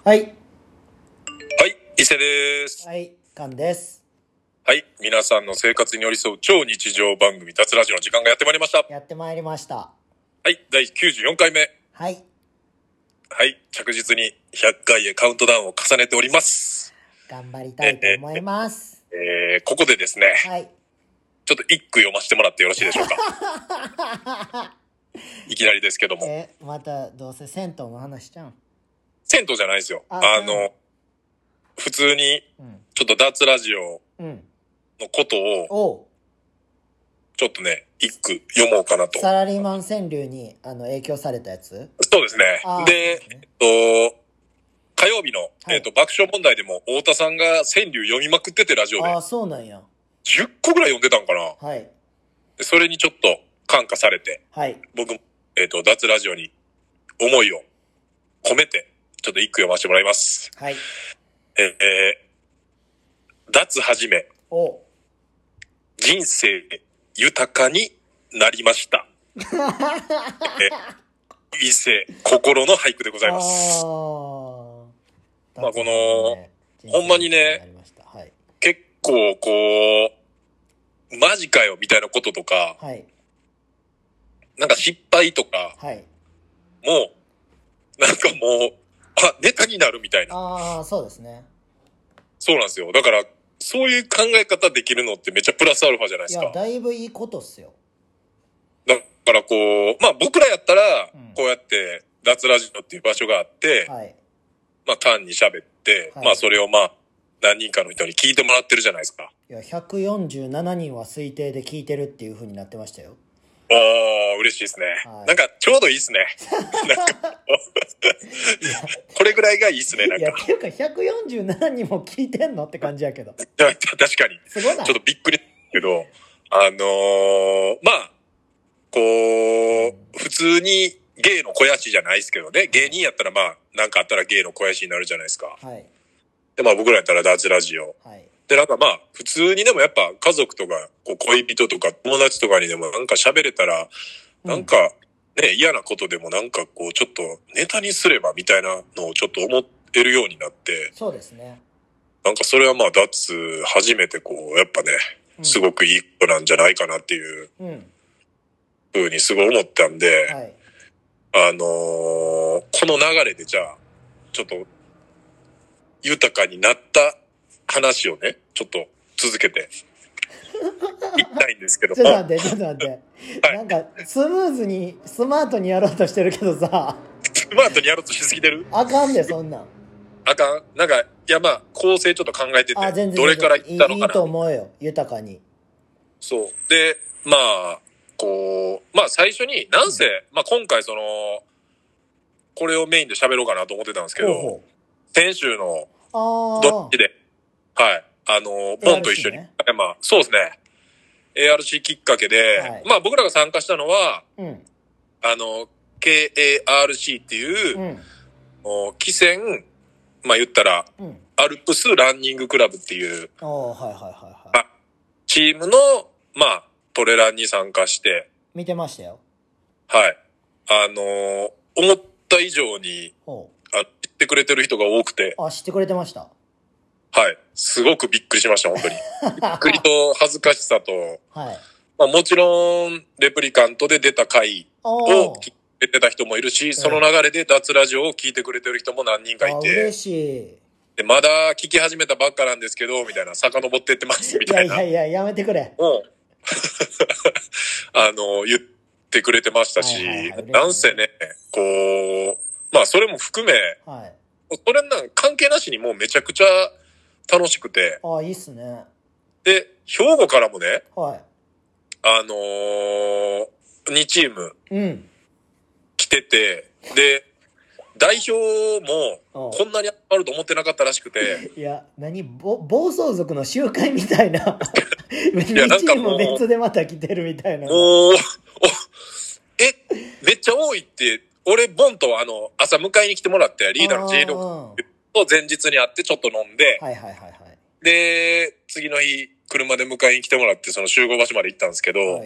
はい。 はい、伊勢です。 はい、カンです。 はい、皆さんの生活に寄り添う超日常番組、脱ラジオの時間がやってまいりました。 やってまいりました。 はい、第94回目。 はい。 はい、着実に100回へカウントダウンを重ねております。 頑張りたいと思います。 ここでですね、 はい。 ちょっと一句読ませてもらってよろしいでしょうか。いきなりですけども。 またどうせ銭湯の話じゃん。 銭湯じゃないですよ。普通に、ちょっと脱ラジオのことを、ちょっとね、一句読もうかなと。 サラリーマン川柳に影響されたやつ？ そうですね。で、火曜日の、爆笑問題でも太田さんが川柳読みまくっててラジオで。 ああ、そうなんや。 10個ぐらい読んでたんかな。 はい。 でそれにちょっと感化されて、 はい。 僕も、脱ラジオに思いを込めて、ちょっと一句読ませてもらいます。 はい。 脱はじめ。人生豊かになりました。伊勢心の俳句でございます。まあこの、ほんまにね、 はい、 結構こう、マジかよみたいなこととか、 はい、 なんか失敗とか、 はい、 もう、なんかもう、ネタになるみたいな。 ああ、そうですね。 そうなんですよ。だから、そういう考え方できるのってめっちゃプラスアルファじゃないですか。 いや、だいぶいいことっすよ。 だからこう、まあ僕らやったら、こうやって脱ラジオっていう場所があって、 はい、 まあ単に喋って、はい、まあそれをまあ何人かの人に聞いてもらってるじゃないですか。 いや、147人は推定で聞いてるっていう風になってましたよ。 嬉しいですね。はい、なんかちょうどいいですね。なんかこれぐらいがいいですね。なんか。 いや、っていうか147人も聞いてんのって感じやけど。 確かに。 すごいな。 ちょっとびっくりけど、まあ、こう、普通に芸の肥やしじゃないですけどね。芸人やったらまあ、なんかあったら芸の肥やしになるじゃないですか。はい。で、まあ僕らやったら脱ラジオ。はい。で、なんかまあ、普通にでもやっぱ家族とか、こう恋人とか友達とかにでもなんか喋れたら、なんかね、嫌なことでもなんかこうちょっとネタにすればみたいなのをちょっと思えるようになって。 そうですね。なんかそれはまあ、脱初めてこう、やっぱね、すごくいいことなんじゃないかなっていう、ふうにすごい思ったんで、はい、この流れでじゃあ、ちょっと、豊かになった話をね、ちょっと続けて、いきたいんですけども。 ちょっと待って。はい、なんか、スムーズに、スマートにやろうとしてるけどさ。 スマートにやろうとしすぎてる？ あかんで、そんなん。 あかん。なんか、いやまあ、構成ちょっと考えてて、どれからいったのかな。 いいと思うよ、豊かに。 そう。で、まあ、こう、まあ最初に、なんせ、まあ今回その、これをメインで喋ろうかなと思ってたんですけど、先週の、どっちで、はい、ボンと一緒に、まあ、そうですね。ARC きっかけで、はい、まあ僕らが参加したのは、KARC っていう、汽船、まあ言ったら、アルプスランニングクラブっていう、チームの、まあ、トレランに参加して。 見てましたよ。 はい。思った以上に、知ってくれてる人が多くて。 知ってくれてました。 はい。すごくびっくりしました、本当に。びっくりと恥ずかしさと、はい。まあもちろん、レプリカントで出た回を聞いてた人もいるし、その流れで脱ラジオを聞いてくれてる人も何人かいて。 嬉しい。 で、まだ聞き始めたばっかなんですけど、みたいな、遡ってってます、みたいな。 いや、やめてくれ。 言ってくれてましたし、なんせね、こう、まあそれも含め、はい、それなん関係なしにもうめちゃくちゃ楽しくて。 いいっすね。 で、兵庫からもね、 はい。 2チーム、来てて、で、代表もこんなに集まると思ってなかったらしくて。 いや、暴走族の集会みたいな。2チーム別でまた来てるみたいな。 めっちゃ多いって、俺、ボンと朝迎えに来てもらって、リーダーの J ロックと前日に会ってちょっと飲んで、で、次の日、車で迎えに来てもらって、その集合場所まで行ったんですけど、はい、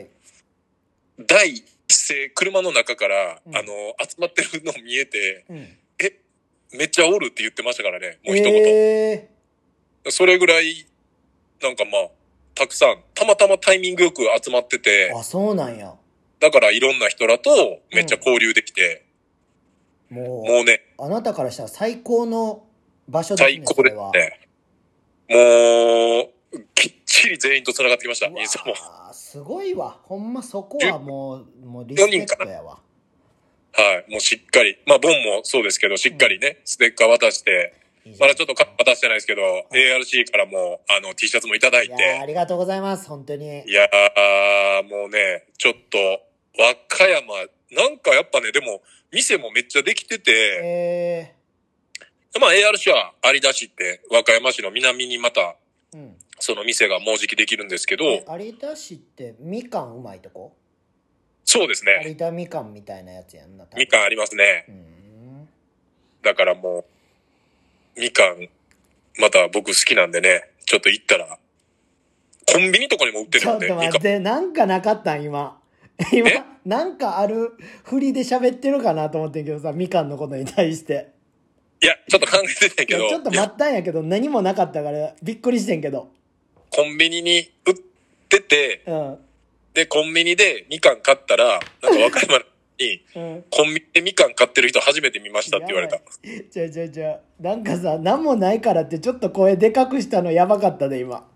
第一声、車の中から、集まってるの見えて、 めっちゃおるって言ってましたからね。もう一言。それぐらい、なんかまあ、たくさん、たまたまタイミングよく集まってて。 あ、そうなんや。 だからいろんな人らとめっちゃ交流できて。もうね。 あなたからしたら最高の場所ですね。 最高ですね。もう、きっちり全員と繋がってきました。インスタも。 すごいわ。ほんまそこはもうリスペクトやわ。 はい。もうしっかり。まあ、ボンもそうですけど、しっかりね、ステッカー渡して、まだちょっと渡してないですけど、ARC からも、T シャツもいただいて。いやありがとうございます、本当に。 いやもうね、ちょっと、和歌山、なんかやっぱね、でも、店もめっちゃできてて、まあ ARC は有田市って和歌山市の南にまた、その店がもうじきできるんですけど。 有田市ってみかんうまいとこ？ そうですね。 有田みかんみたいなやつやんな。 みかんありますね。だからもう、みかん、また僕好きなんでね、ちょっと行ったら、コンビニとかにも売ってるんで。 ちょっと待って、なんかなかったん今、なんかある振りで喋ってるかなと思ってんけどさ、みかんのことに対して。 いや、ちょっと考えてたけど。 ちょっと待ったんやけど、何もなかったからびっくりしてんけど。 コンビニに売ってて、で、コンビニでみかん買ったら、なんか和歌山に、コンビニでみかん買ってる人初めて見ましたって言われた。 なんかさ、なんもないからってちょっと声でかくしたのやばかったで、今。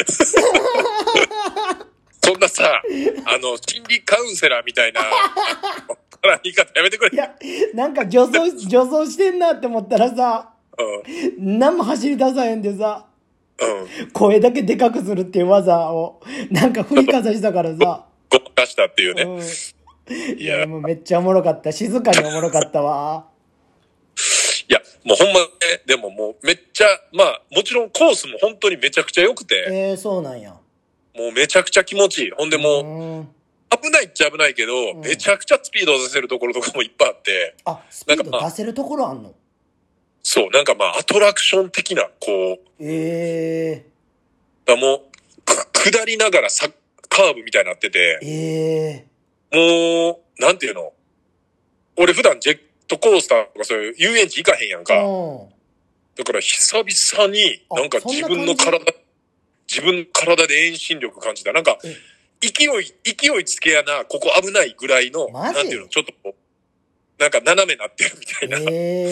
そんなさ、心理カウンセラーみたいな、言い方やめてくれ。 いや、なんか女装してんなって思ったらさ、何も走り出さへんでさ、声だけでかくするっていう技を、なんか振りかざしたからさ。 ごまかしたっていうね。 いや、もうめっちゃおもろかった。静かにおもろかったわ。 いや、もうほんまね、でももうめっちゃ、まあ、もちろんコースも本当にめちゃくちゃ良くて。 そうなんや。 もうめちゃくちゃ気持ちいい。ほんでもう、危ないっちゃ危ないけど、めちゃくちゃスピードを出せるところとかもいっぱいあって。 スピード出せるところあんの？ そう、なんかまあ、アトラクション的な、こう。だもう、下りながらカーブみたいになってて。もう、なんていうの？俺普段ジェットコースターとかそういう遊園地行かへんやんか。だから久々になんか自分の体で遠心力感じた。なんか、勢いつけやな、ここ危ないぐらいの、なんていうの、ちょっとこう、なんか斜めなってるみたいな。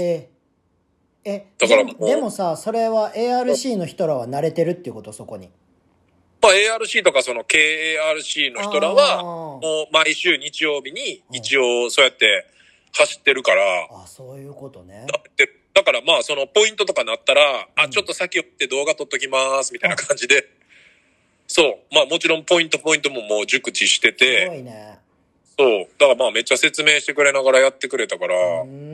だからでもさ、それは ARC の人らは慣れてるっていうこと、そこに。 まあ ARC とかその KARC の人らは、もう毎週日曜日に一応そうやって走ってるから。 そういうことね。 だからまあそのポイントとかなったら、ちょっと先寄って動画撮っときますみたいな感じで。そう。まあもちろんポイントももう熟知してて。 すごいね。 そう。だからまあめっちゃ説明してくれながらやってくれたから。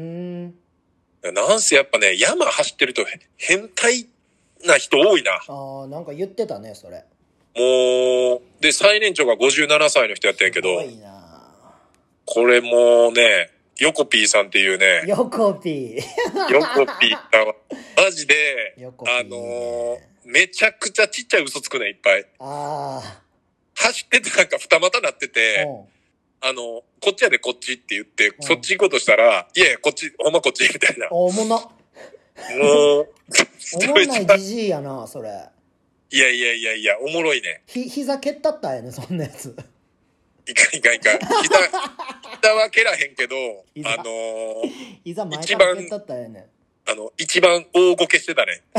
なんせやっぱね、山走ってると変態な人多いな。 なんか言ってたね、それ。 もう、で、最年長が57歳の人やってんけど。 すごいな。これもうね、ヨコピーさんっていうね。 ヨコピーさんは、マジで、めちゃくちゃちっちゃい嘘つくね、いっぱい。走っててなんか二股なってて、こっちやでこっちって言って、そっち行こうとしたら、いやいや、こっち、ほんまこっち、みたいな。 おもんな。もう、おもんないじじいやな、それ。 いや、おもろいね。 膝蹴ったったんやね、そんなやつ。 いかん。膝は蹴らへんけど、 膝前から蹴ったったんやね。 一番大ごけしてたね。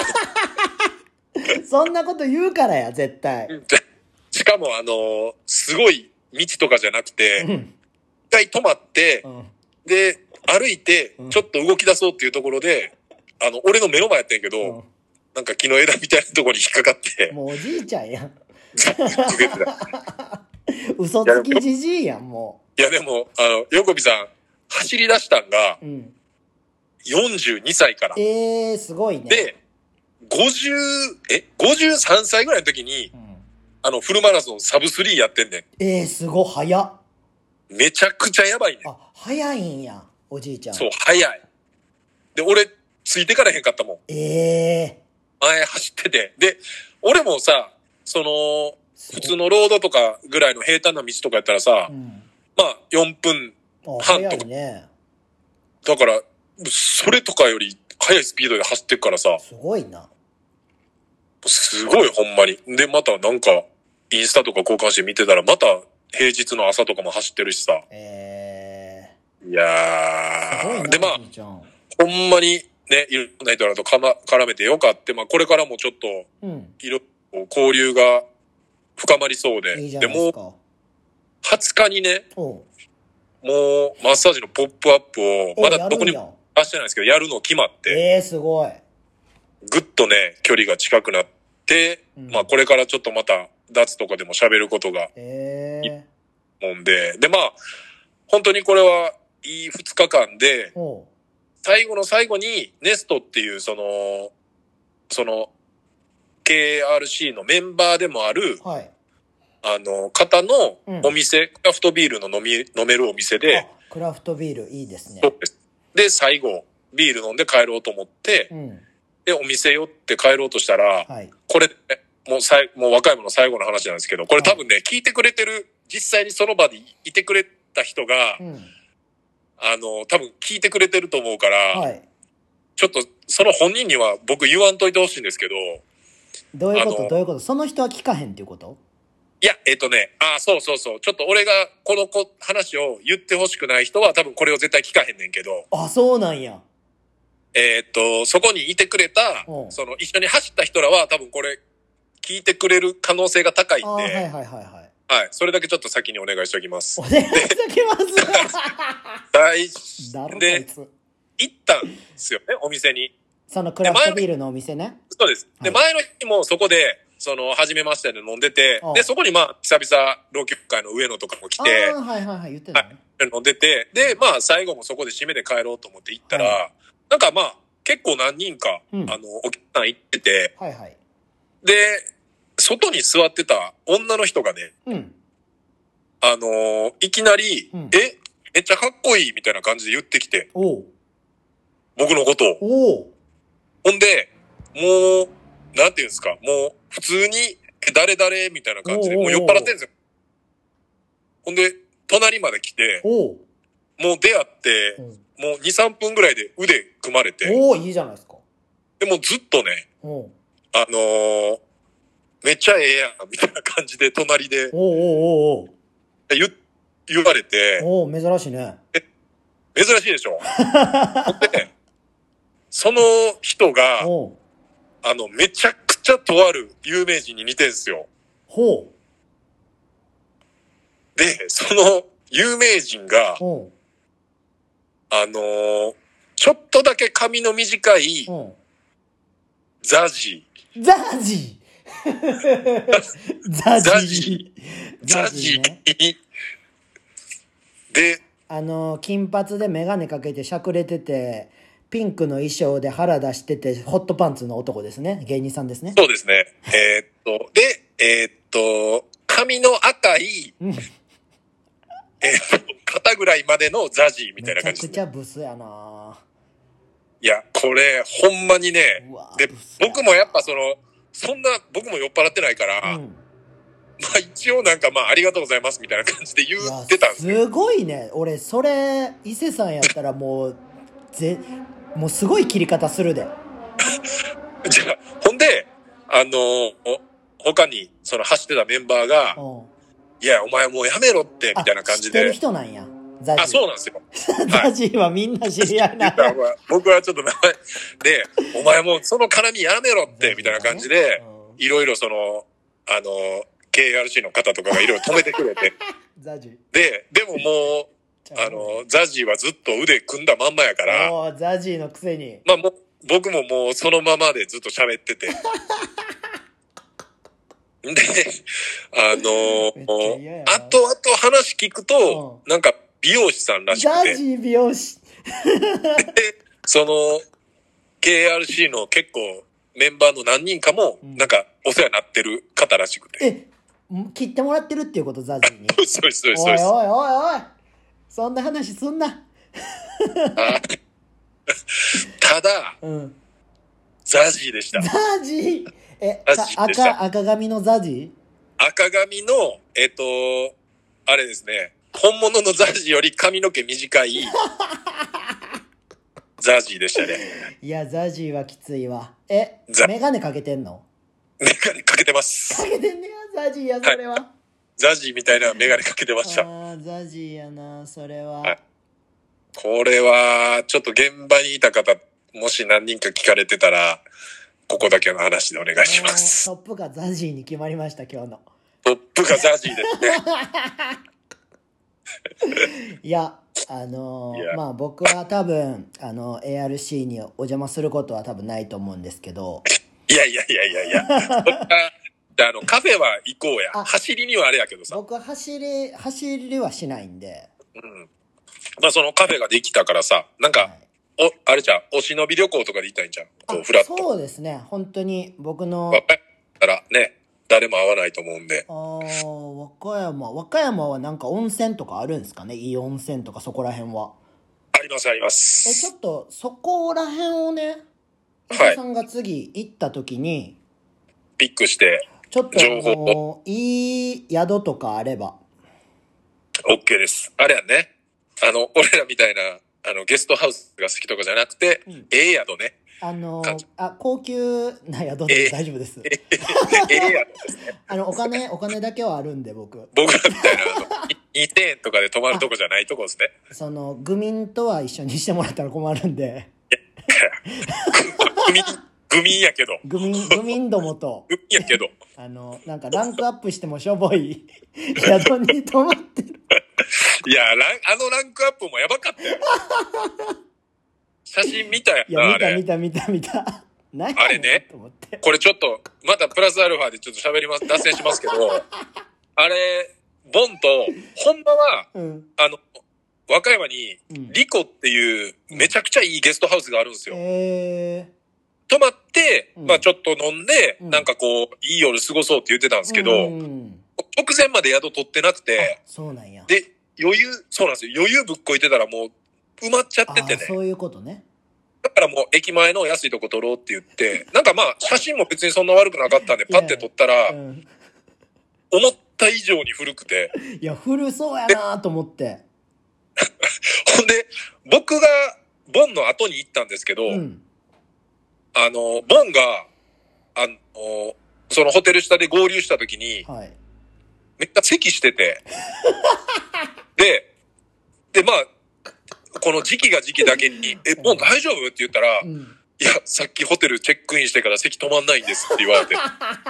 そんなこと言うからや、絶対。 しかもすごい道とかじゃなくて、一回止まって、で、歩いて、ちょっと動き出そうっていうところで、俺の目の前やってんけど、なんか木の枝みたいなところに引っかかって。 もうおじいちゃんやん。嘘つきじじいやん、もう。いやでも、横見さん、走り出したんが、42歳から。 すごいね。 で、53歳ぐらいの時に、フルマラソンサブ3やってんねん。すごい、早っ。 めちゃくちゃやばいね。 早いんや、おじいちゃん。 そう、早い。で、俺、ついてからへんかったもん。前走ってて。で、俺もさ、普通のロードとかぐらいの平坦な道とかやったらさ、まあ、4分半とか。 ね。 だから、 それとかより速いスピードで走ってるからさ。 すごいな。 すごいほんまに。で、またなんか、インスタとか交換して見てたら、また平日の朝とかも走ってるしさ。いやー。で、まあ、ほんまにね、いろんな人らと絡めてよかって、まあこれからもちょっと、いろいろ交流が深まりそうで。でも、20日にね、もうマッサージのポップアップを、まだどこにも出してないんですけど、やるの決まって。 すごい。 ぐっとね、距離が近くなって、まあこれからちょっとまた、脱とかでも喋ることが、もんで。で、まあ、本当にこれは、いい2日間で、最後の最後に、ネストっていう、その、KRC のメンバーでもある、方のお店、クラフトビールの飲めるお店で、 クラフトビールいいですね。 そうです。で、最後、ビール飲んで帰ろうと思って、で、お店寄って帰ろうとしたら、これ、もう和歌山の最後の話なんですけど、これ多分ね、聞いてくれてる、実際にその場でいてくれた人が、多分聞いてくれてると思うから、ちょっとその本人には僕言わんといてほしいんですけど。 どういうことその人は聞かへんっていうこと？ いや、そうそうそう。ちょっと俺がこの話を言ってほしくない人は多分これを絶対聞かへんねんけど。 あ、そうなんや。 そこにいてくれた、その一緒に走った人らは多分これ聞いてくれる可能性が高いんで。はい。それだけちょっと先にお願いしておきます。 お願いしておきます。 で、行ったんですよね、お店に。 そのクラフトビールのお店ね。 そうです。で、前の日もそこで、初めましてで飲んでて、で、そこにまあ、久々、老朽会の上野とかも来て、 言ってたね。 飲んでて、で、まあ、最後もそこで締めで帰ろうと思って行ったら、なんかまあ、結構何人か、お客さん行ってて、で、外に座ってた女の人がね、いきなり、めっちゃかっこいいみたいな感じで言ってきて、僕のことを。ほんで、もう、なんていうんですか、もう、普通に、誰みたいな感じで、もう酔っ払ってんですよ。ほんで、隣まで来て、もう出会って、もう2、3分ぐらいで腕組まれて。 いいじゃないですか。 でもずっとね、めっちゃええやん、みたいな感じで、隣で、言われて。 珍しいね。 珍しいでしょ。で、その人が、めちゃくちゃとある有名人に似てんすよ。で、その有名人が、ちょっとだけ髪の短い、ザジー。で、 金髪でメガネかけてしゃくれてて、ピンクの衣装で腹出してて、ホットパンツの男ですね。芸人さんですね。 そうですね。で、髪の赤い、肩ぐらいまでのザジーみたいな感じ。 めちゃくちゃブスやな。 いや、これ、ほんまにね。で、僕もやっぱそんな、僕も酔っ払ってないから、まあ一応なんかまあありがとうございますみたいな感じで言ってたんですよ。 すごいね。俺、それ、伊勢さんやったらもうすごい切り方するで。 じゃあ、ほんで、他に、走ってたメンバーが、いや、お前もうやめろって、みたいな感じで。 知ってる人なんや。ザジー。 そうなんですよ。 ザジーはみんな知り合いなんや。 僕はちょっと名前で、お前もうその絡みやめろって、みたいな感じで、いろいろKRC の方とかがいろいろ止めてくれて。 ザジー。 でももう、ザジーはずっと腕組んだまんまやから。 ザジーのくせに。 まあ僕ももうそのままでずっと喋ってて。で、あと話聞くと、なんか美容師さんらしくて。 ザジー美容師。 で、KRC の結構メンバーの何人かも、なんかお世話になってる方らしくて。 切ってもらってるっていうこと、ザジーに。 そうです。おい。そんな話すんな。 ただ、ザジーでした。 ザジー赤髪のザジー？赤髪の、あれですね、本物のザジーより髪の毛短い、 ザジーでしたね。 いや、ザジーはきついわ。メガネかけてんの？ メガネかけてます。 かけてんねや、ザジーや、それは。はい、 ザジーみたいなメガネかけてました。 ああ、ザジーやな、それは。 はい、これは、ちょっと現場にいた方、もし何人か聞かれてたら、ここだけの話でお願いします。 トップがザジーに決まりました、今日の。 トップがザジーですね。 いや、まあ僕は多分、ARC にお邪魔することは多分ないと思うんですけど。 いや。カフェは行こうや。走りにはあれやけどさ。 僕は走りはしないんで。 うん。まあそのカフェができたからさ、なんか、はい、あれじゃん、お忍び旅行とかで行ったんじゃん。こう、フラット。 そうですね。本当に僕の。 若いからね、誰も会わないと思うんで。 和歌山はなんか温泉とかあるんですかね？いい温泉とかそこら辺は。 あります。。 ちょっとそこら辺をね、伊藤さんが次行った時に、 ピックして、 ちょっといい宿とかあれば。 OK です。あれやね。俺らみたいな、ゲストハウスが好きとかじゃなくて、宿ね。 高級な宿で大丈夫です。宿ですね。お金だけはあるんで、僕らみたいな、2000円とかで泊まるとこじゃないとこですね。 愚民とは一緒にしてもらったら困るんで。 愚民やけど。 愚民どもと。 愚民やけど。 なんかランクアップしてもしょぼい宿に泊まってる。 いや、ランクアップもやばかったよ。写真見たやんな。 いや、見た。 あれね。これちょっと、またプラスアルファでちょっと喋ります、脱線しますけど、あれ、ボンと、本場は、和歌山に、リコっていう、めちゃくちゃいいゲストハウスがあるんですよ。泊まって、まあちょっと飲んで、なんかこう、いい夜過ごそうって言ってたんですけど、直前まで宿取ってなくて、 そうなんや。 で、そうなんですよ。余裕ぶっこいてたらもう、埋まっちゃっててね。 そういうことね。 だからもう駅前の安いとこ撮ろうって言って、なんかまあ写真も別にそんな悪くなかったんで、パッて撮ったら、思った以上に古くて。 いや、古そうやなと思って。 ほんで、僕がボンの後に行ったんですけど、ボンが、そのホテル下で合流した時に、めっちゃ咳してて、で、まあ、この時期が時期だけに、もう大丈夫って言ったら、いや、さっきホテルチェックインしてから席止まんないんですって言われて。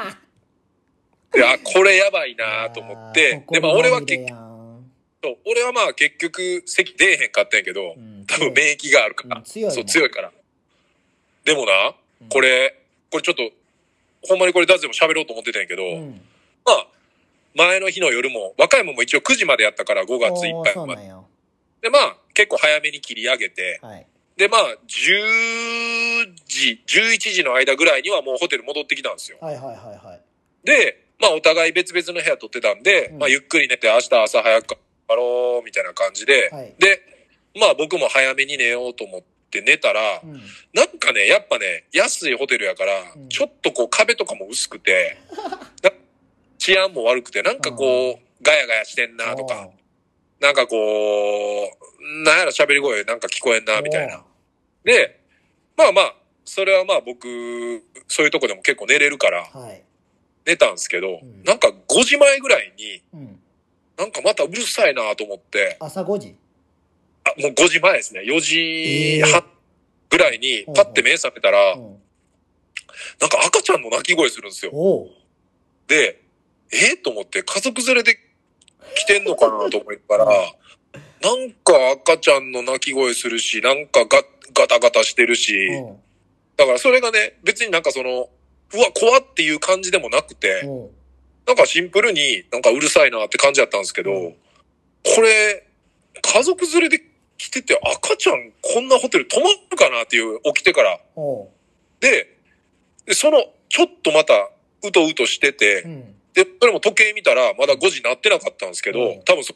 これやばいなと思って、で、まあ俺はまあ結局席出えへんかったんやけど、多分免疫があるから、強いから。でもな、これちょっと、ほんまにこれダズでも喋ろうと思ってたんやけど、まあ、前の日の夜も、和歌山も一応9時までやったから5月いっぱいまで。で、まあ、結構早めに切り上げて、で、まあ、10時、11時の間ぐらいにはもうホテル戻ってきたんですよ。で、まあ、お互い別々の部屋取ってたんで、まあ、ゆっくり寝て明日朝早く帰ろう、みたいな感じで、で、まあ、僕も早めに寝ようと思って寝たら、なんかね、やっぱね、安いホテルやから、ちょっとこう壁とかも薄くて、治安も悪くて、なんかこう、ガヤガヤしてんなとか、なんかこう、なんやら喋り声なんか聞こえんな、みたいな。で、まあまあ、それはまあ僕、そういうとこでも結構寝れるから、寝たんですけど、なんか5時前ぐらいに、なんかまたうるさいなと思って。 朝5時？ もう5時前ですね。4時半ぐらいに、パッて目覚めたら、なんか赤ちゃんの泣き声するんですよ。で、と思って家族連れで来てんのかなと思ったら、なんか赤ちゃんの泣き声するし、なんかガタガタしてるし、だからそれがね、別になんかその、うわ、怖っていう感じでもなくて、なんかシンプルになんかうるさいなって感じだったんですけど、これ、家族連れで来てて赤ちゃんこんなホテル泊まるかなっていう、起きてから。で、その、ちょっとまた、うとうとしてて、で、それも時計見たらまだ5時になってなかったんですけど、多分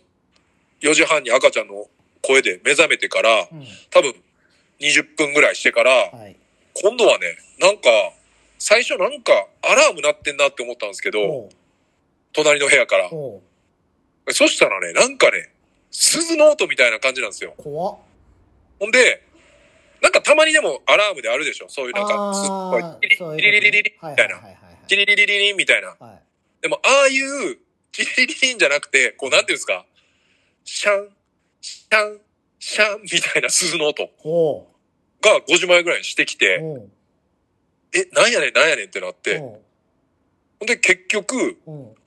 4時半に赤ちゃんの声で目覚めてから、多分20分ぐらいしてから、今度はね、なんか、最初なんかアラーム鳴ってんなって思ったんですけど、隣の部屋から。そしたらね、なんかね、鈴の音みたいな感じなんですよ。 怖っ。 ほんで、 なんかたまにでもアラームであるでしょ。そういうなんか、すっごい、チリリリリリみたいな。チリリリリリみたいな。でも、ああいうチリリリリンじゃなくて、こうなんていうんですか、シャン、シャン、シャンみたいな鈴の音が50枚ぐらいしてきて、なんやねんってなって、ほんで結局、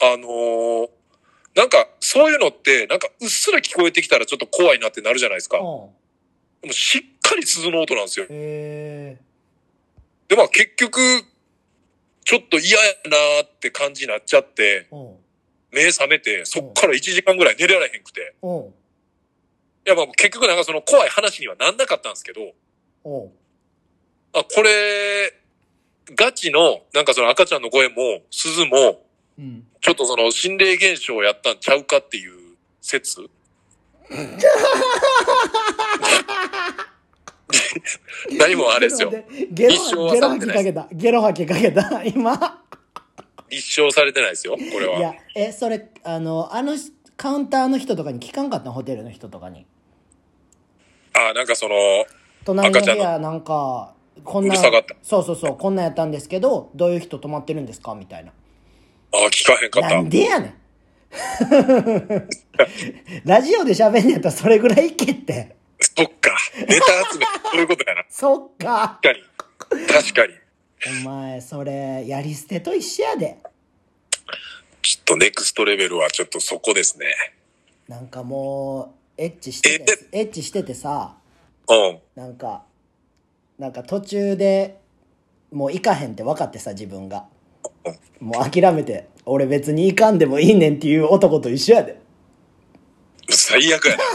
なんかそういうのって、なんかうっすら聞こえてきたらちょっと怖いなってなるじゃないですか。でもしっかり鈴の音なんですよ。で、まあ結局、ちょっと嫌やなーって感じになっちゃって、目覚めて、そっから1時間ぐらい寝られへんくて。いや、まあ結局なんかその怖い話にはなんなかったんですけど、これ、ガチの、なんかその赤ちゃんの声も、鈴も、ちょっとその心霊現象をやったんちゃうかっていう説何もあれですよ。 ゲロ吐きかけた、今。 立証されてないですよ、これは。 いや、それ、カウンターの人とかに聞かんかったの、ホテルの人とかに。 なんかその、 隣の部屋なんか、こんな、そう、こんなんやったんですけど、どういう人泊まってるんですかみたいな。 聞かへんかった。 なんでやねん。ラジオで喋んねやったらそれぐらいいけって。 そっか。ネタ集め、そういうことやな。 そっか。 確かに。 お前、それ、やり捨てと一緒やで。 ちょっとネクストレベルはちょっとそこですね。 なんかもう、エッチしててさ、なんか途中で、もう行かへんって分かってさ、自分が。もう諦めて、俺別に行かんでもいいねんっていう男と一緒やで。 最悪や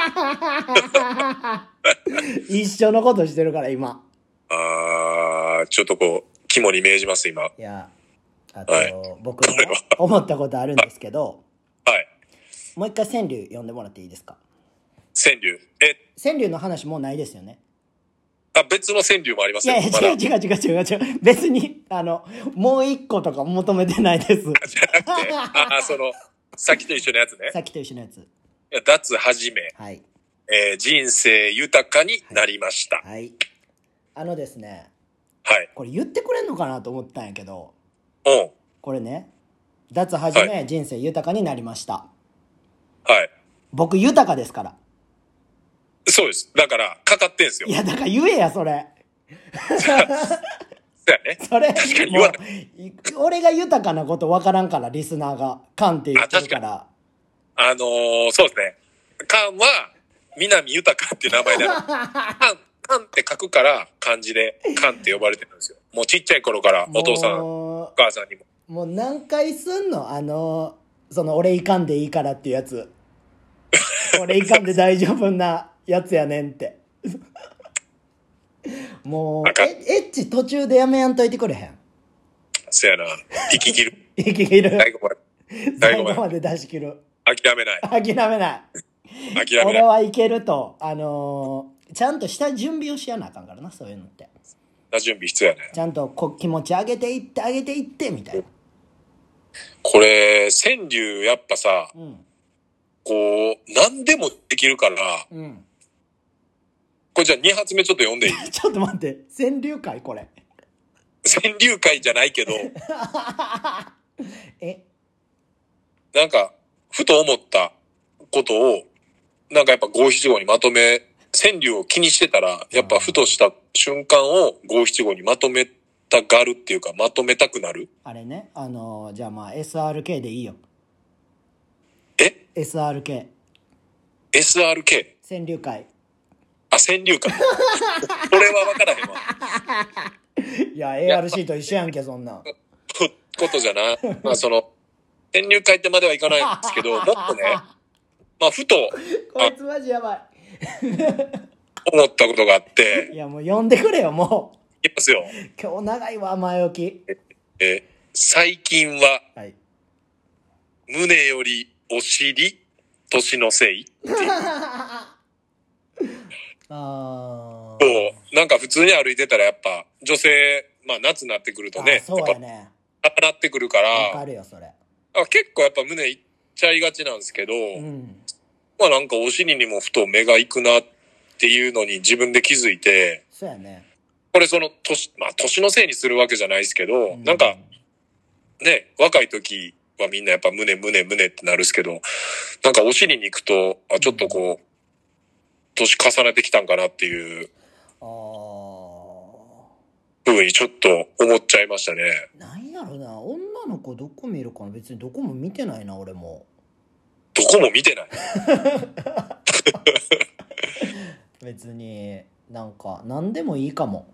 な。一緒のことしてるから、今。 ちょっとこう、肝に銘じます、今。 いや、あと、僕が思ったことあるんですけど、もう一回川柳読んでもらっていいですか？ 川柳。 川柳の話もうないですよね。 別の川柳もありますよ。 いや、違う。別に、もう一個とか求めてないです。 じゃなくて、さっきと一緒のやつね。 さっきと一緒のやつ。 脱はじめ。 はい。 人生豊かになりました。 はい。ですね。 はい。 これ言ってくれんのかなと思ったんやけど。これね。脱はじめ、人生豊かになりました。はい。僕豊かですから。 そうです。だから、かかってんすよ。 いや、だから言えや、それ。 そうやね。 それ、 確かに言わない。 俺が豊かなこと分からんから、リスナーが。カンって言ってるから。 そうですね。カンは、南豊っていう名前でカンって書くから、漢字でカンって呼ばれてるんですよ。もうちっちゃい頃から、お父さん、お母さんにも。 もう何回すんの俺いかんでいいからっていうやつ。俺いかんで大丈夫なやつやねんって。もう、エッチ途中でやめやんといてくれへん。 そやな。生き切る。 生き切る。 最後まで出し切る。 諦めない。 俺はいけると、ちゃんとした準備をしやなあかんからな、そういうのって。 準備必要やね。 ちゃんと気持ち上げていって、みたいな。 これ、川柳やっぱさ、こう、何でもできるから、これじゃあ2発目ちょっと読んでいい？ ちょっと待って、川柳会これ。 川柳会じゃないけど、なんか、ふと思ったことを、なんかやっぱ五七五にまとめ、川柳を気にしてたら、やっぱふとした瞬間を五七五にまとめたがるっていうか、まとめたくなる。 あれね、じゃあまあ SRK でいいよ。SRK。 SRK？ 川柳会。 川柳会。これは分からへんわ。 いや、ARC と一緒やんけ、そんな。 ことじゃな。まあ川柳会ってまではいかないんですけど、もっとね、まあふと、 こいつマジやばい。 思ったことがあって。 いや、もう呼んでくれよ、もう。 いきますよ。 今日長いわ、前置き。 最近は、胸よりお尻、年のせい。なんか普通に歩いてたらやっぱ女性、まあ夏になってくるとね、 そうやね。 やっぱなってくるから、 わかるよ、それ。 結構やっぱ胸いっちゃいがちなんですけど、まあなんかお尻にもふと目がいくなっていうのに自分で気づいて、 そうやね。 これ年のせいにするわけじゃないですけど、なんか、ね、若い時はみんなやっぱ胸ってなるっすけど、なんかお尻に行くと、ちょっとこう、年重ねてきたんかなっていう、ふうにちょっと思っちゃいましたね。 なんやろな、女の子どこ見るかな、別にどこも見てないな、俺も。 どこも見てない。 別に、なんか、何でもいいかも。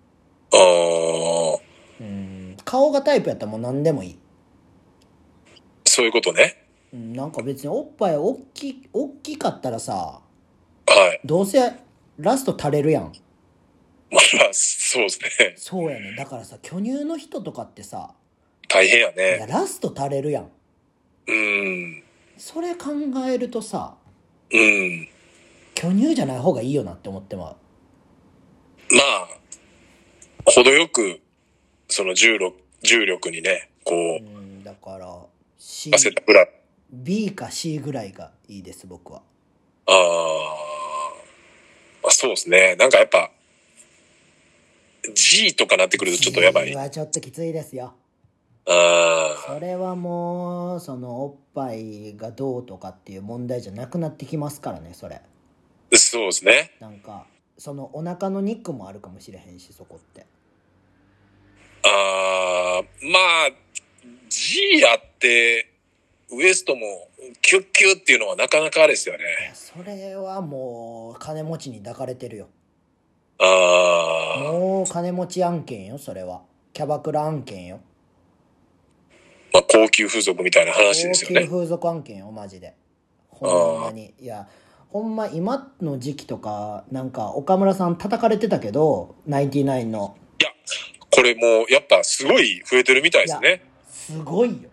顔がタイプやったらもう何でもいい。 そういうことね。 なんか別におっぱい大きかったらさ、 はい。 どうせラスト垂れるやん。 まあ、そうですね。 そうやね。だからさ、巨乳の人とかってさ、 大変やね。 いや、ラスト垂れるやん。それ考えるとさ、巨乳じゃない方がいいよなって思ってまう。 まあ、程よく、その重力にね、こう。 だから、 汗たぐらい。 B か C ぐらいがいいです、僕は。 まあ、そうですね。なんかやっぱ、G とかなってくるとちょっとやばい。 G はちょっときついですよ。それはもうそのおっぱいがどうとかっていう問題じゃなくなってきますからね、それ。 そうですね。 なんかそのお腹の肉もあるかもしれへんし、そこって。 まあ G あってウエストもキュッキュッっていうのはなかなかあれですよね。 それはもう金持ちに抱かれてるよ。 もう金持ち案件よ、それは。キャバクラ案件よ。 まあ高級風俗みたいな話ですよね。 高級風俗案件よ、マジで。ほんまに。いや、ほんま今の時期とか、なんか岡村さん叩かれてたけど、ナインティナインの。 いや、これもうやっぱすごい増えてるみたいですね。 すごいよ。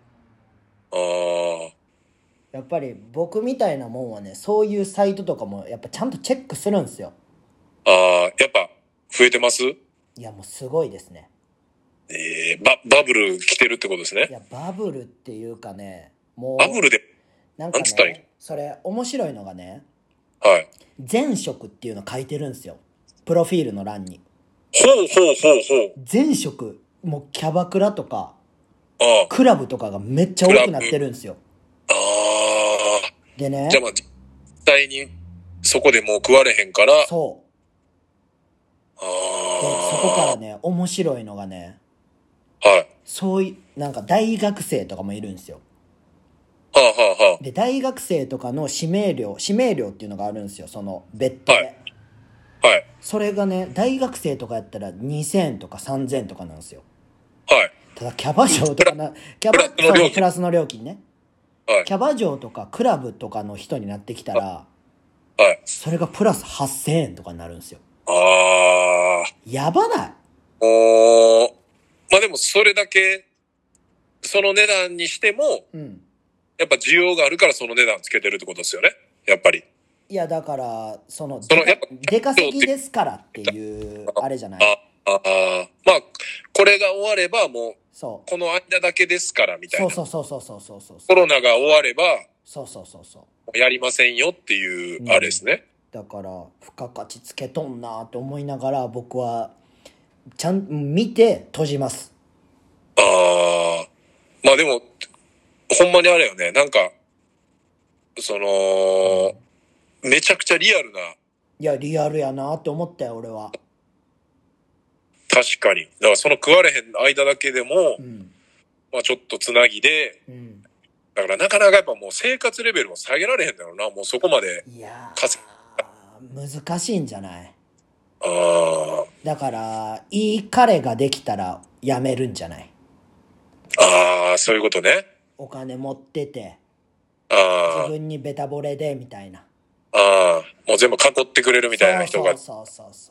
やっぱり僕みたいなもんはね、そういうサイトとかもやっぱちゃんとチェックするんですよ。 やっぱ増えてます？いや、もうすごいですね。 バブル来てるってことですね。 いや、バブルっていうかね、もうバブルでなんかね、それ面白いのがね、 はい、 前職っていうの書いてるんですよ、プロフィールの欄に。 ほう前職、もうキャバクラとかクラブとかがめっちゃ多くなってるんですよ。でね、 じゃあまあ実際にそこでもう食われへんから。 そうで、そこからね、面白いのがね、 はい、 そういうなんか大学生とかもいるんですよ。で、大学生とかの指名料っていうのがあるんですよ、その別途で。 はい。 それがね、大学生とかやったら2000とか3000とかなんですよ。 はい。 ただキャバ嬢とかプラスの料金ね。はい。キャバ嬢とかクラブとかの人になってきたら、はい。それがプラス8000円とかになるんですよ。やばない？ まあでもそれだけ、その値段にしても、やっぱ需要があるからその値段つけてるってことですよね、やっぱり。 いや、だから、出稼ぎですからっていう、あれじゃない？ まあ、これが終わればもう、この間だけですからみたいな。 そう。 コロナが終われば、 そう。 やりませんよっていう、あれですね。 だから、付加価値つけとんなって思いながら、僕は、ちゃんと見て閉じます。 まあでも、ほんまにあれよね、なんか、めちゃくちゃリアルな。いや、リアルやなって思ったよ、俺は。 確かに。だからその食われへん間だけでも、まあちょっとつなぎで、だからなかなかやっぱもう生活レベルを下げられへんだろうな、もうそこまで。 いや難しいんじゃない？だから、いい彼ができたら辞めるんじゃない？ そういうことね。 お金持ってて、自分にベタ惚れでみたいな。 もう全部囲ってくれるみたいな人が。 そう。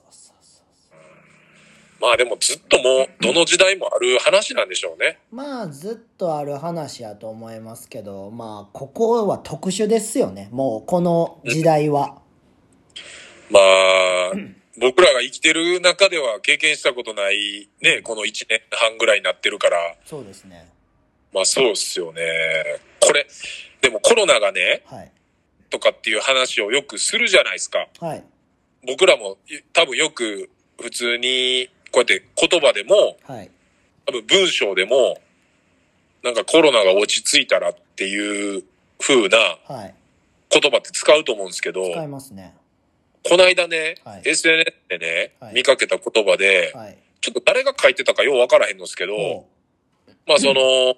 まあでもずっともうどの時代もある話なんでしょうね。 まあずっとある話やと思いますけど、まあここは特殊ですよね。もうこの時代は。 まあ僕らが生きてる中では経験したことないね、この1年半ぐらいになってるから。 そうですね。 まあそうっすよね。これでもコロナがね、とかっていう話をよくするじゃないですか。 はい。 僕らも多分よく普通に、こうやって言葉でも、 はい。 多分文章でも、なんかコロナが落ち着いたらっていう風な言葉って使うと思うんですけど、 使いますね。この間ね、はい、SNS でね、はい、見かけた言葉で、はい、ちょっと誰が書いてたかようわからへんのですけど、まあその、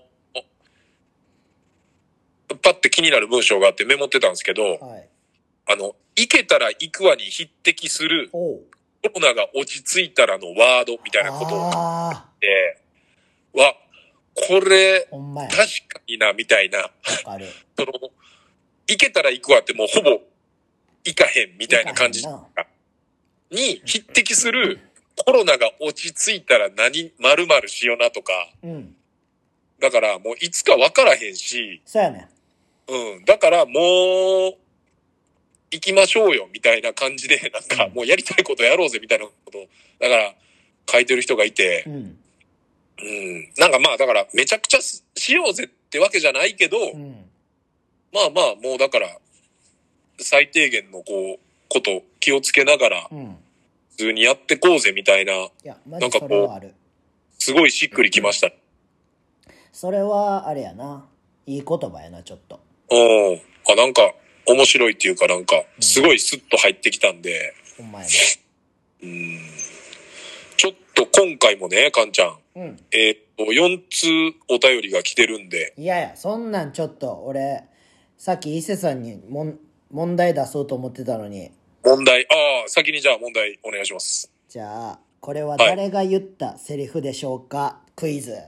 パッて気になる文章があってメモってたんですけど、はい、行けたら行くわに匹敵する、コロナが落ち着いたらのワードみたいなことを書いて、これ、確かにな、みたいな。行けたら行くわってもうほぼ行かへんみたいな感じに匹敵する、コロナが落ち着いたら〇〇しよなとか、うん、だからもういつか分からへんし、 そうやね。 うん。だからもう、行きましょうよみたいな感じで、なんかもうやりたいことやろうぜみたいなことを、だから書いてる人がいて、うんなんかまあだからめちゃくちゃしようぜってわけじゃないけど、まあまあもうだから最低限のこと気をつけながら普通にやってこうぜみたいな、なんかすごいしっくりきました。 それはあれやな、いい言葉やなちょっと。 なんか面白いっていうかなんかすごいスッと入ってきたんで。 ほんまやね。ちょっと今回もね、かんちゃん。4通お便りが来てるんで。 いや、そんなんちょっと、俺、さっき伊勢さんに問題出そうと思ってたのに。 先にじゃあ問題お願いします。 じゃあ、これは誰が言ったセリフでしょうか、クイズ。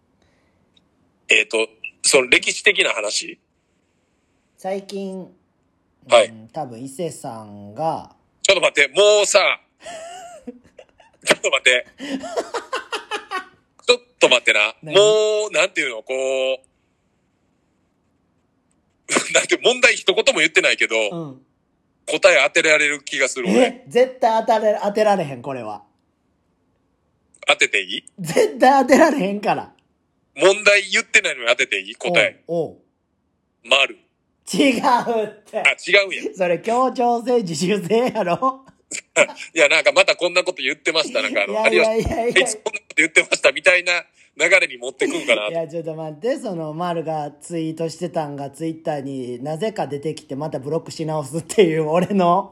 その歴史的な話？ 最近、多分伊勢さんが。 ちょっと待って、もうさ、ちょっと待って。ちょっと待ってな。もう、なんていうの、なんて問題一言も言ってないけど、答え当てられる気がする俺。 絶対当てられへん、これは。 当てていい？ 絶対当てられへんから。 問題言ってないのに当てていい？答え。丸。 違うって。 違うんや。 それ協調性自主性やろ。 いや、なんかまたこんなこと言ってました。なんかいつこんなこと言ってましたみたいな流れに持ってくんかな。 いや、ちょっと待って、その、丸がツイートしてたんがツイッターになぜか出てきてまたブロックし直すっていう俺の。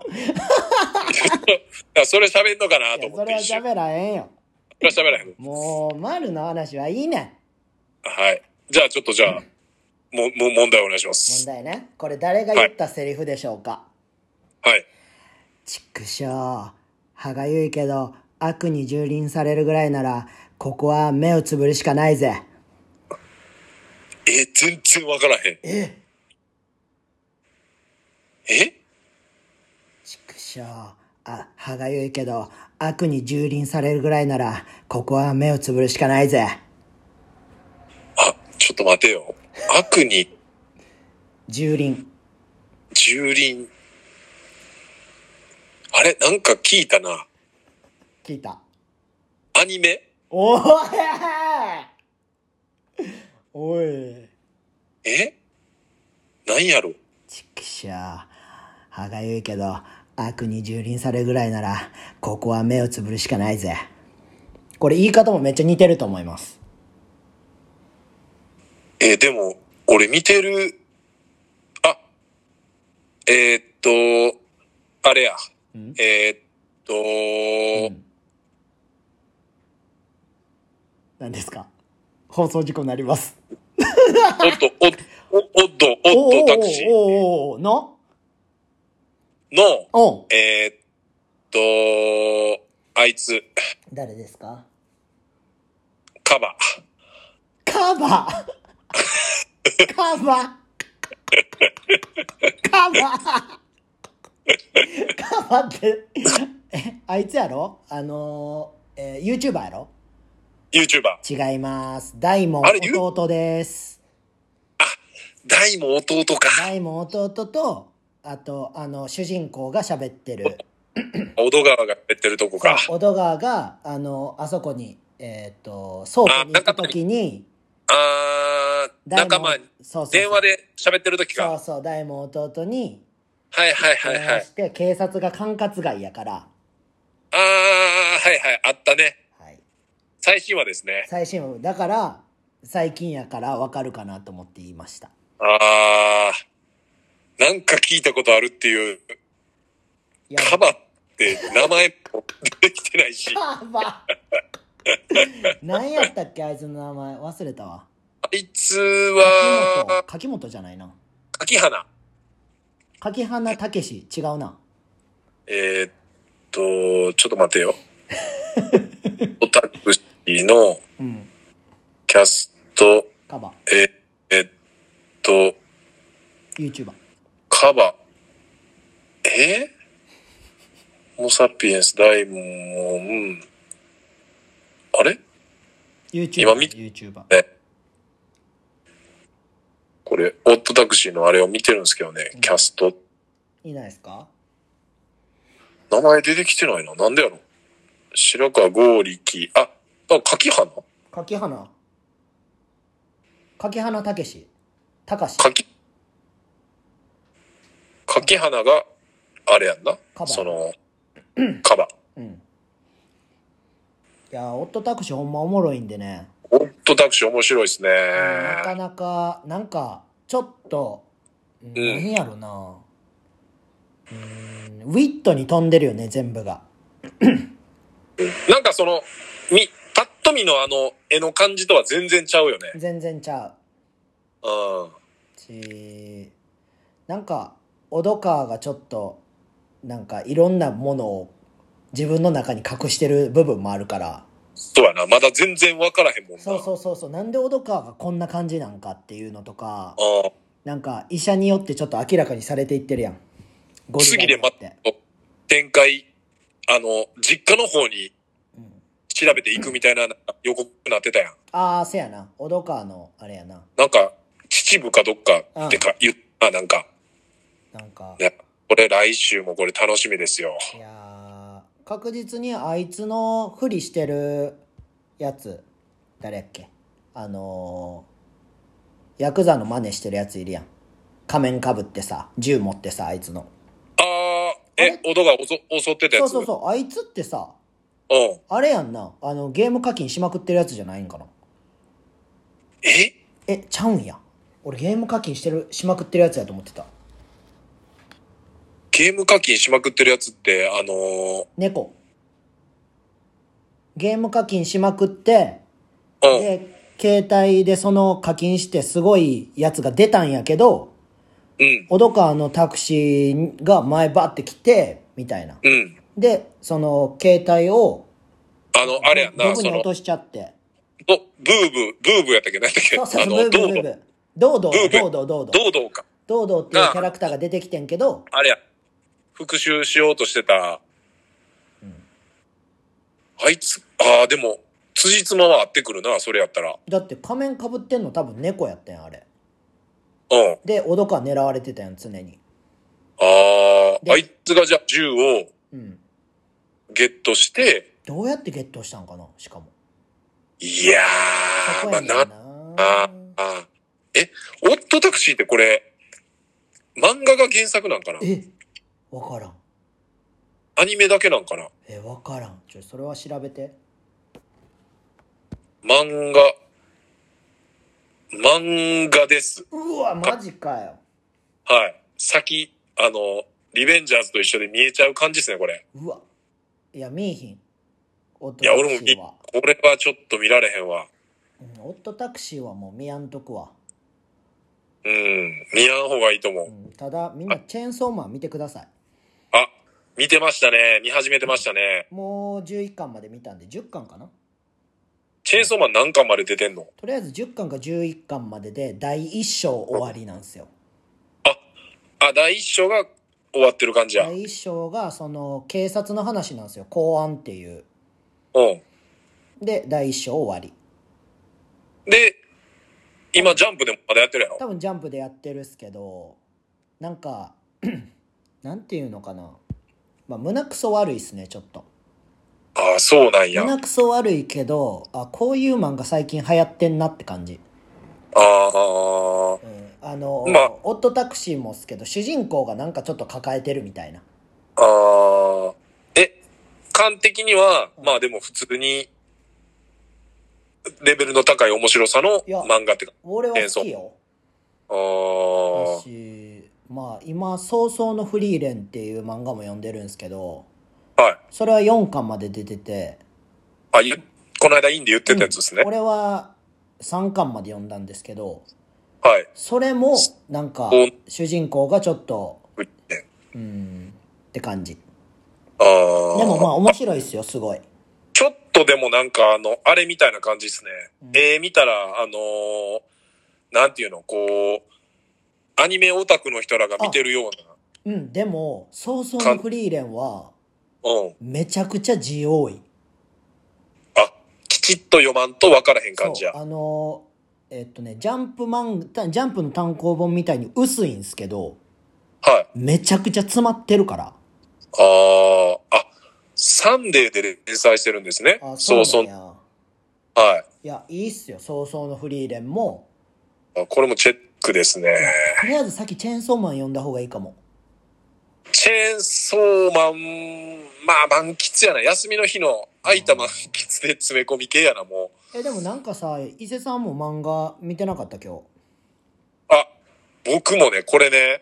それ喋んのかなと思って。 それは喋らへんよ。 それは喋らへん。 もう、丸の話はいいねん。 はい。じゃあちょっともう問題お願いします。 問題ね。これ誰が言ったセリフでしょうか？ はい。 ちくしょう。歯がゆいけど、悪に蹂躙されるぐらいなら、ここは目をつぶるしかないぜ。 全然わからへん。 ちくしょう。歯がゆいけど、悪に蹂躙されるぐらいなら、ここは目をつぶるしかないぜ。 ちょっと待てよ。悪に蹂躙。 あれなんか聞いたな。 聞いた。 アニメ？ おい。 なんやろ？ ちくしょう。歯がゆいけど、悪に蹂躙されるぐらいなら、ここは目をつぶるしかないぜ。これ言い方もめっちゃ似てると思います。 でも、俺見てる、あれや。 何ですか？放送事故になります。 おっと、タクシー。あいつ。 誰ですか？ カバって、あいつやろ？YouTuber やろ？ YouTuber。 違います。大も弟です。 大も弟か。 大も弟と、あと、主人公が喋ってる。 小戸川が喋ってるとこか。 小戸川が、あそこに、倉庫に行くときに、 仲間に、電話で喋ってるときか。 そう、大も弟に、 はい。 して、警察が管轄外やから。 ははいはい、あったね。 はい。 最新話ですね。 最新話。だから、最近やからわかるかなと思って言いました。 あー、なんか聞いたことあるっていう。カバって名前も出てきてないし。 カバ何やったっけあいつの名前。忘れたわ。 あいつは、 柿本じゃないな。 柿花。 柿花たけし、違うな。 ちょっと待てよ。オタクシーのキャスト、 カバ。YouTuber。 カバ。ホモサピエンス、大門、あれ ?YouTuber。 今見て、ね。これ、オットタクシーのあれを見てるんですけどね、キャスト。 いないですか？ 名前出てきてないな。なんでやろ？白川剛力。柿花？ 柿花。柿花たけし。たかし。 柿花が、あれやんな。カバ。カバ。 うん。いや、オットタクシーほんまおもろいんでね。 オットタクシー面白いですね。 なかなか、なんか、ちょっと、何やろな。ウィットに飛んでるよね、全部が。 なんかパッと見の絵の感じとは全然ちゃうよね。 全然ちゃう。なんか、小戸川がちょっと、なんかいろんなものを自分の中に隠してる部分もあるから。 そうやな、まだ全然分からへんもんな。 そう。なんで小戸川がこんな感じなんかっていうのとか、なんか医者によってちょっと明らかにされていってるやん。 次で展開、実家の方に調べていくみたいな予告になってたやん。 ああ、せやな。小戸川のあれやな。 なんか、秩父かどっかってか言った、なんか。ね、これ来週もこれ楽しみですよ。 いやー、確実にあいつのふりしてるやつ、誰やっけ？ヤクザの真似してるやついるやん。仮面かぶってさ、銃持ってさ、あいつの。 小戸が襲ってたやつ。 そう。あいつってさ、あれやんな。ゲーム課金しまくってるやつじゃないんかな。ちゃうんや。俺ゲーム課金しまくってるやつやと思ってた。 ゲーム課金しまくってるやつって猫。ゲーム課金しまくって、で、携帯でその課金してすごいやつが出たんやけど、小戸川のタクシーが前バって来て、みたいな。で、その携帯を、 あれやんな、 ドブに落としちゃって。 ブーブやったっけ？何だっけ？ そう、ブーブ。ドードーか。 ドードーっていうキャラクターが出てきてんけど、 あれや、復讐しようとしてた、あいつ、でも、辻褄は合ってくるな、それやったら。 だって仮面被ってんの多分猫やったん、あれ。で、小戸川狙われてたやん、常に。 あいつがじゃあ銃を、ゲットして、 どうやってゲットしたんかな、しかも。 いやー、オットタクシーってこれ、漫画が原作なんかな？ わからん。 アニメだけなんかな？ わからん。それは調べて。 漫画です。 うわ、マジかよ。 はい。リベンジャーズと一緒で見えちゃう感じですね、これ。 うわ。いや、見えひん。 いや、俺もこれはちょっと見られへんわ。 オットタクシーはもう見やんとくわ。 見やん方がいいと思う。 ただ、みんなチェーンソーマン見てください。 見てましたね。見始めてましたね。 もう11巻まで見たんで、10巻かな？ チェーンソーマン何巻まで出てんの？ とりあえず10巻か11巻までで、第1章終わりなんですよ。 第1章が終わってる感じや。 第1章が、警察の話なんですよ。公安っていう。で、第1章終わり。 で、今ジャンプでもまだやってるやろ？ 多分ジャンプでやってるっすけど、なんか、なんていうのかな。胸クソ悪いっすね、ちょっと。 そうなんや。 胸クソ悪いけど、こういう漫画最近流行ってんなって感じ。オットタクシーもっすけど、主人公がなんかちょっと抱えてるみたいな。 感的には、まあでも普通に、レベルの高い面白さの漫画ってか。 俺は好きよ。まあ今、早々のフリーレンっていう漫画も読んでるんですけど、 はい。 それは4巻まで出てて、 この間インで言ってたやつですね。 俺は3巻まで読んだんですけど、 はい。 それも、なんか、主人公がちょっと、って感じ。でもまあ面白いっすよ、すごい。 ちょっとでもなんかあれみたいな感じですね。見たら、なんていうの、こう、アニメオタクの人らが見てるような。 でも、早々のフリーレンは、めちゃくちゃ字多い。 きちっと読まんと分からへん感じや。 ジャンプの単行本みたいに薄いんすけど、 はい。 めちゃくちゃ詰まってるから。 サンデーで連載してるんですね。 そうなんや。 はい。 いや、いいっすよ、早々のフリーレンも。 これもチェックですね。 とりあえずさっきチェーンソーマン読んだ方がいいかも。 チェーンソーマン、まあ満喫やな。休みの日の空いた満喫で詰め込み系やな、もう。でもなんかさ、伊勢さんも漫画見てなかった今日。 僕もね、これね、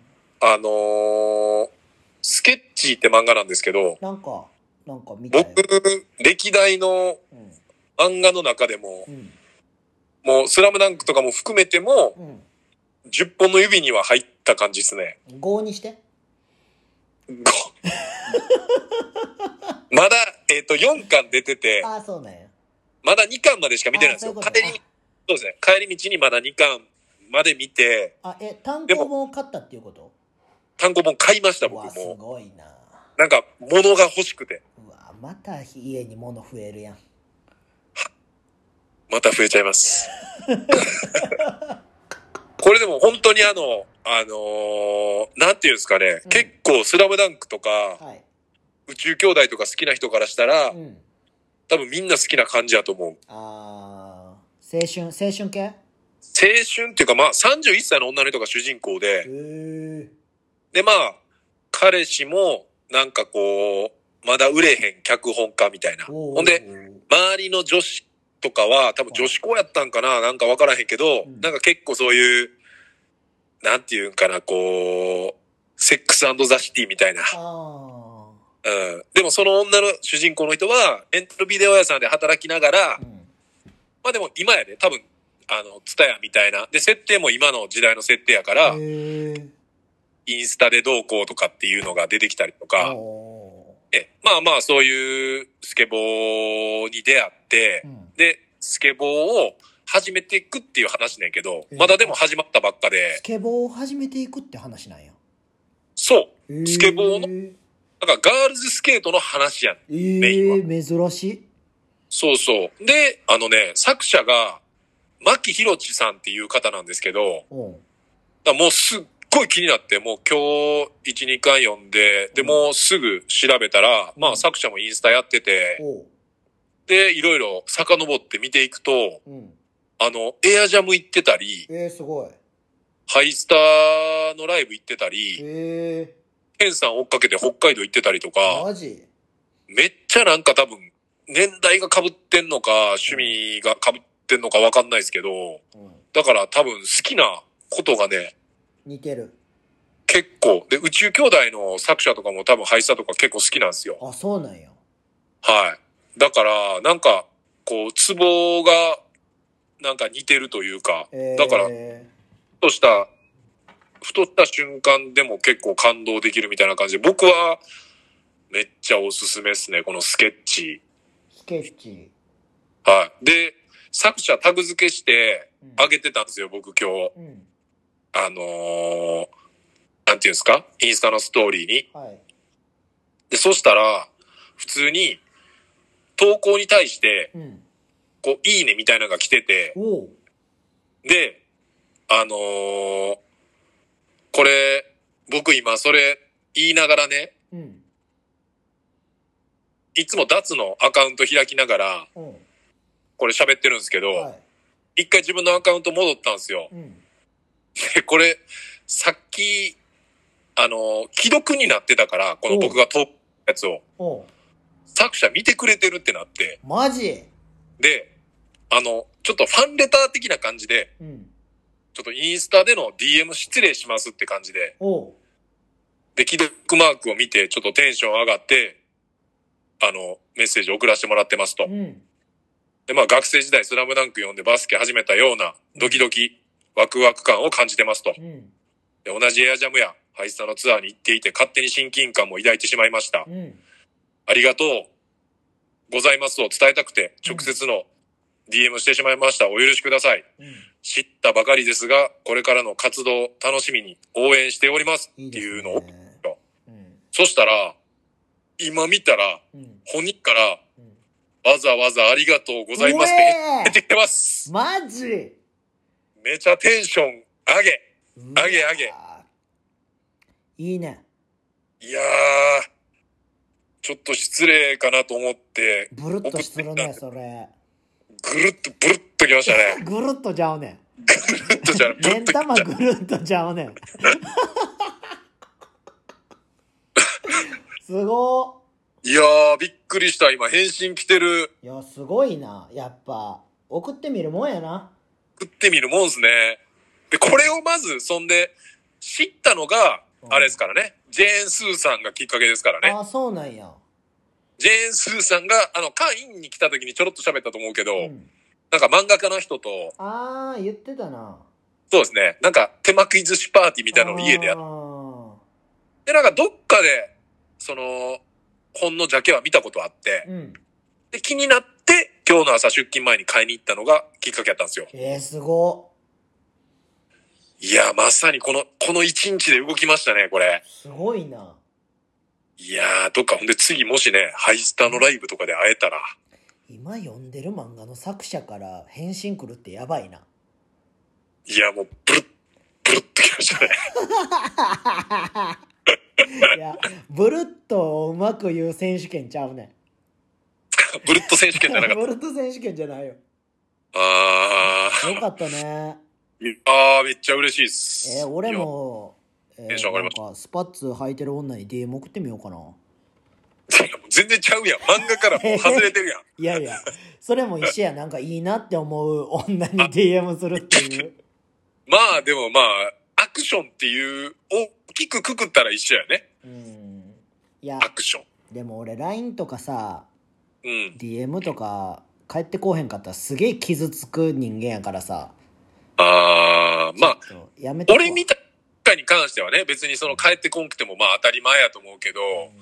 スケッチーって漫画なんですけど、 なんか見たよ。 僕、歴代の漫画の中でも、もうスラムダンクとかも含めても、10本の指には入った感じですね。 5にして。 まだ、4巻出てて、 そうなんや。 まだ2巻までしか見てないんですよ。そうですね。帰り道にまだ2巻まで見て。 単行本を買ったっていうこと？ 単行本買いました、僕も。 すごいな。 なんか、物が欲しくて。 また家に物増えるやん。 また増えちゃいます。これでも本当になんていうんですかね、結構スラムダンクとか、宇宙兄弟とか好きな人からしたら、多分みんな好きな感じやと思う。 青春系？青春っていうかまあ31歳の女の人が主人公で、でまあ、彼氏もなんかこう、まだ売れへん脚本家みたいな。ほんで、周りの女子とかは多分女子校やったんかな、なんかわからへんけど、なんか結構そういう、なんていうんかな、こう、セックス&ザ・シティみたいな。でもその女の主人公の人は、レンタルビデオ屋さんで働きながら、まあでも今やね、多分、ツタヤみたいな。で、設定も今の時代の設定やから、インスタでどうこうとかっていうのが出てきたりとか、まあまあそういうスケボーに出会って、で、スケボーを始めていくっていう話ねんけど、まだでも始まったばっかで。 スケボーを始めていくって話なんや。 そう。スケボーの、なんかガールズスケートの話やん。メインは。 珍しい。 そうそう。で、作者が、牧博地さんっていう方なんですけど、もうすっごい気になって、もう今日1、2回読んで、で、もうすぐ調べたら、まあ作者もインスタやってて、で、いろいろ遡って見ていくと、エアジャム行ってたり、 すごい。 ハイスターのライブ行ってたり、ケンさん追っかけて北海道行ってたりとか、 マジ？ めっちゃなんか多分、年代が被ってんのか、趣味が被ってんのかわかんないですけど、だから多分好きなことがね、 似てる。 結構。で、宇宙兄弟の作者とかも多分ハイスタとか結構好きなんですよ。 そうなんや。 はい。だから、なんか、こう、ツボが、なんか似てるというか、だから、ふとした瞬間でも結構感動できるみたいな感じで、僕はめっちゃおすすめですね、このスケッチ。はい。で、作者タグ付けしてあげてたんですよ、僕今日。なんていうんですか？インスタのストーリーに。で、そしたら、普通に、投稿に対して、こう、いいねみたいなのが来てて、で、これ、僕今それ言いながらね、いつも脱のアカウント開きながら、これ喋ってるんですけど、一回自分のアカウント戻ったんですよ。で、これ、さっき、既読になってたから、この僕が投稿やつを。 作者見てくれてるってなって。 マジで、ちょっとファンレター的な感じで、うん、ちょっとインスタでの DM 失礼しますって感じで、で、既読マークを見て、ちょっとテンション上がって、メッセージ送らせてもらってますと。うん、で、まあ学生時代スラムダンク読んでバスケ始めたようなドキドキ、ワクワク感を感じてますと。うん、で、同じエアジャムやハイスタのツアーに行っていて勝手に親近感も抱いてしまいました。うん、ありがとうございますを伝えたくて直接の DM してしまいました。お許しください。うん、知ったばかりですが、これからの活動楽しみに応援しておりますっていうのを。そしたら、今見たら、本人から、わざわざありがとうございますって出てきてます。 マジめちゃテンション上げ。 いいね。 いやー、ちょっと失礼かなと思って。 ブルッとするね、それ。 ブルッときましたね。 ぐるっとちゃうね。 ぐるっとじゃう。 目ん玉ぐるっとちゃうね。すごいやー、びっくりした。今、返信来てる。 いや、すごいな。やっぱ、送ってみるもんやな。 送ってみるもんすね。で、これをまず、そんで、知ったのが、あれですからね。ジェーン・スーさんがきっかけですからね。 あ、そうなんや。 ジェーン・スーさんが、会員に来た時にちょろっと喋ったと思うけど、なんか漫画家の人と。 言ってたな。 そうですね。なんか、手巻き寿司パーティーみたいなのを家でやって。で、なんかどっかで、本のジャケは見たことあって、で、気になって、今日の朝出勤前に買いに行ったのがきっかけやったんですよ。 すごいや、まさにこの一日で動きましたね、これ。 すごいな。 いやー、どっかほんで次もしね、ハイスタのライブとかで会えたら。 今読んでる漫画の作者から返信来るってやばいな。 いや、もう、ブルッときましたね。 いや、ブルッとうまく言う選手権ちゃうね。 ブルッと選手権じゃなかった。 ブルッと選手権じゃないよ。よかったね。 めっちゃ嬉しいっす。 俺も、 テンション上がりました。 なんかスパッツ履いてる女に DM 送ってみようかな。 全然ちゃうやん。漫画からもう外れてるやん。いや、それも一緒や。なんかいいなって思う女に DM するっていう。 まあでもアクションっていう、大きくくくったら一緒やね。 いや、 アクション。 でも俺 LINE とかさ、DM とか帰ってこうへんかったらすげえ傷つく人間やからさ。やめて俺みたいかに関してはね、別に帰ってこんくても当たり前やと思うけど、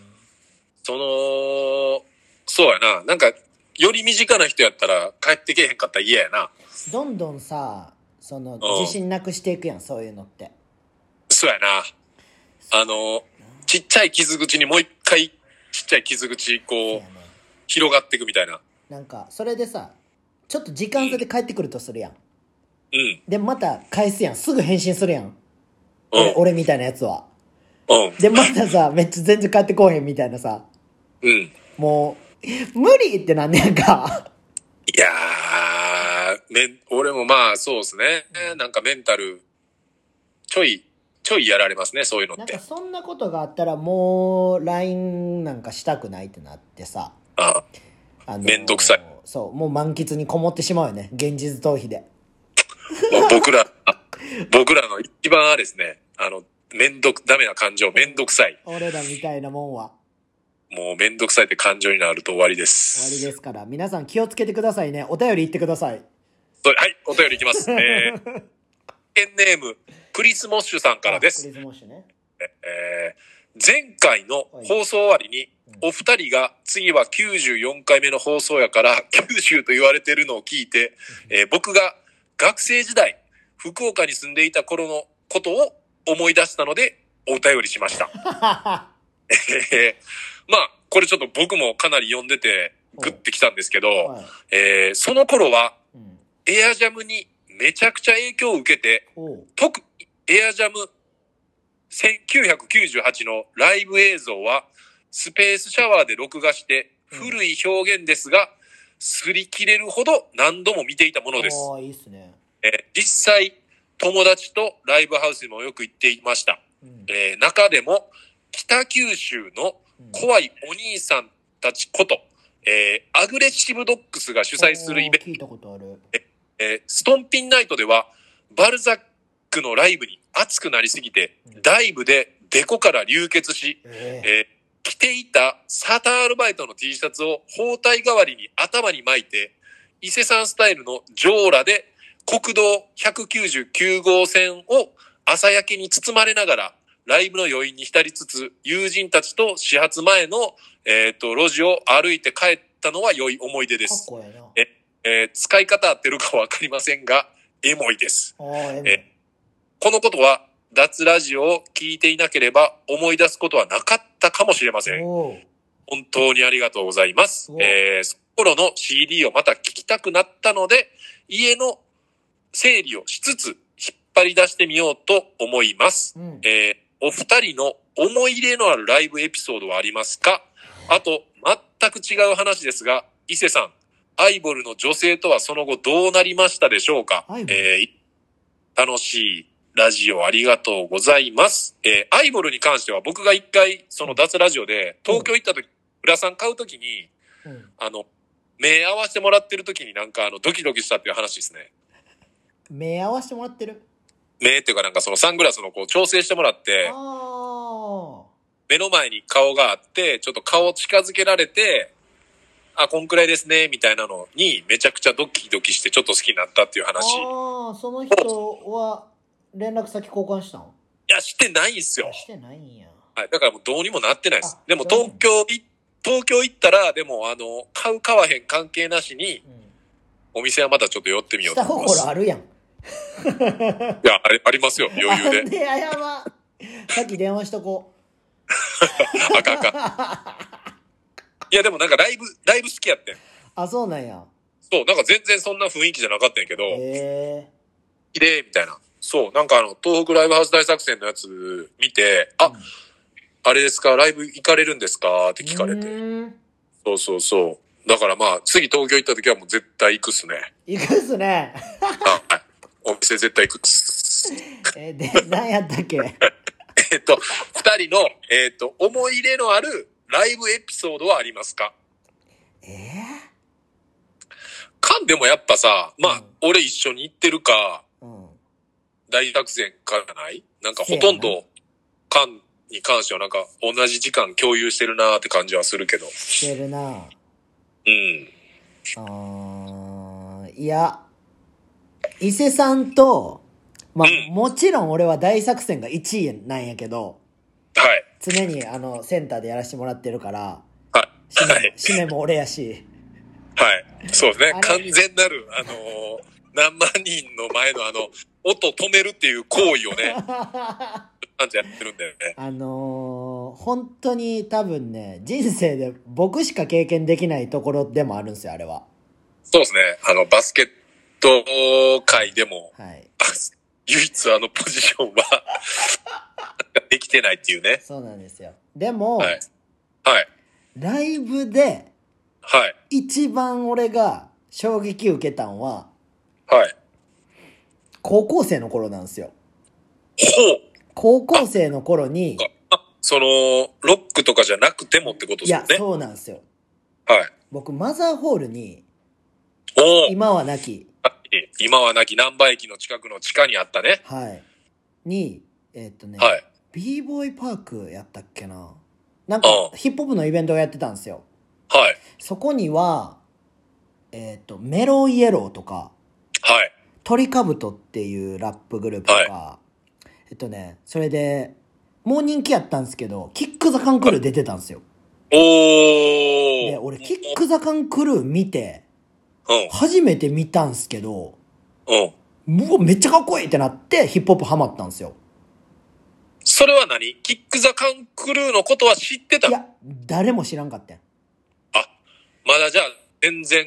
そうやな。なんか、より身近な人やったら帰ってけへんかったら嫌やな。 どんどんさ、自信なくしていくやん、そういうのって。 そうやな。ちっちゃい傷口にもう一回、ちっちゃい傷口、広がっていくみたいな。 なんか、それでさ、ちょっと時間差で帰ってくるとするやん。で、また返すやん。すぐ返信するやん。俺みたいなやつは。で、またさ、めっちゃ全然帰ってこうへんみたいなさ。もう、無理ってなんねやんか。 いやー、俺もそうですね。なんかメンタル、ちょいやられますね、そういうのって。 なんかそんなことがあったらもう LINE なんかしたくないってなってさ。 めんどくさい。 そう、もう満喫にこもってしまうよね。現実逃避で。 もう僕らの一番あれですね。ダメな感情、めんどくさい。 俺らみたいなもんは。 もうめんどくさいって感情になると終わりです。 終わりですから。皆さん気をつけてくださいね。お便り言ってください。 はい、お便りいきます。ペンネーム、クリスモッシュさんからです。 クリスモッシュね。 前回の放送終わりに、お二人が次は94回目の放送やから九州と言われてるのを聞いて、僕が学生時代、福岡に住んでいた頃のことを思い出したのでお便りしました。これちょっと僕もかなり読んでてグッてきたんですけど、その頃はエアジャムにめちゃくちゃ影響を受けて、特にエアジャム1998のライブ映像はスペースシャワーで録画して古い表現ですが、擦り切れるほど何度も見ていたものです。 いいっすね。 実際友達とライブハウスにもよく行っていました。中でも北九州の怖いお兄さんたちこと、アグレッシブドッグスが主催するイベント。 聞いたことある。 ストンピンナイトでは、バルザックのライブに熱くなりすぎて、ダイブでデコから流血し、着ていたサターアルバイトの T シャツを包帯代わりに頭に巻いて、伊勢さんスタイルのジョーラで国道199号線を朝焼けに包まれながら、ライブの余韻に浸りつつ、友人たちと始発前の、路地を歩いて帰ったのは良い思い出です。 かっこええな。使い方合ってるかわかりませんが、エモいです。このことは、脱ラジオを聞いていなければ思い出すことはなかったかもしれません。本当にありがとうございます。その頃の CD をまた聞きたくなったので、家の整理をしつつ引っ張り出してみようと思います。お二人の思い入れのあるライブエピソードはありますか？あと、全く違う話ですが、伊勢さん、アイボルの女性とはその後どうなりましたでしょうか？楽しいラジオありがとうございます。アイボルに関しては僕が一回、その脱ラジオで東京行った時、浦さん買う時に、目合わせてもらってる時になんかドキドキしたっていう話ですね。 目合わせてもらってる？ 目っていうかなんかそのサングラスのこう調整してもらって、目の前に顔があって、ちょっと顔近づけられて、あ、こんくらいですね、みたいなのにめちゃくちゃドキドキしてちょっと好きになったっていう話。 その人は連絡先交換したの？ いや、してないんすよ。 してないんや。 はい。だからもうどうにもなってないです。でも東京行ったら、でも買う買わへん関係なしに、お店はまたちょっと寄ってみようと思います。 下心あるやん。いや、ありますよ、余裕で。 なんでやば。さっき電話しとこう。 あかんか。いや、でもなんかライブ好きやってん。 あ、そうなんや。 そう、なんか全然そんな雰囲気じゃなかったんやけど、綺麗みたいな。そう、なんか東北ライブハウス大作戦のやつ見て、あれですか、ライブ行かれるんですかって聞かれて。そう。だからまあ、次東京行った時はもう絶対行くっすね。 行くっすね。 はい。お店絶対行くっす。 で、何やったっけ？ 二人の、思い入れのあるライブエピソードはありますか？でもやっぱさ、まあ、俺一緒に行ってるか、大作戦からないなんかほとんど、に関してはなんか同じ時間共有してるなーって感じはするけど。 してるな。いや、伊勢さんと、まあ、もちろん俺は大作戦が1位なんやけど、 はい。 常にセンターでやらせてもらってるから、 はい。 締めも俺やし。 はい。そうですね。完全なる、何万人の前の音止めるっていう行為をね、感じやってるんだよね。 本当に多分ね、人生で僕しか経験できないところでもあるんですよ、あれは。 そうですね。バスケット界でも、 はい、 唯一ポジションはできてないっていうね。 そうなんですよ。でも、 はい。 ライブで、 はい。 一番俺が衝撃受けたんは、 はい。 高校生の頃なんですよ。 ほう。 高校生の頃に、 ロックとかじゃなくてもってことですよね。 いや、そうなんですよ。 はい。 僕、マザーホールに、今はなき難波駅の近くの地下にあったね。 はい。に、 はい。 b ボーイパークやったっけな。なんか、ヒップホップのイベントをやってたんですよ。 はい。 そこには、メロイエローとか、 はい。 トリカブトっていうラップグループとか、はい、それで、もう人気やったんですけど、キックザカンクルー出てたんですよ。で、俺、キックザカンクルー見て、初めて見たんすけど、うわ、めっちゃかっこいいってなって、ヒップホップハマったんですよ。 それは何？キックザカンクルーのことは知ってた？ いや、誰も知らんかったん。 まだじゃあ、全然、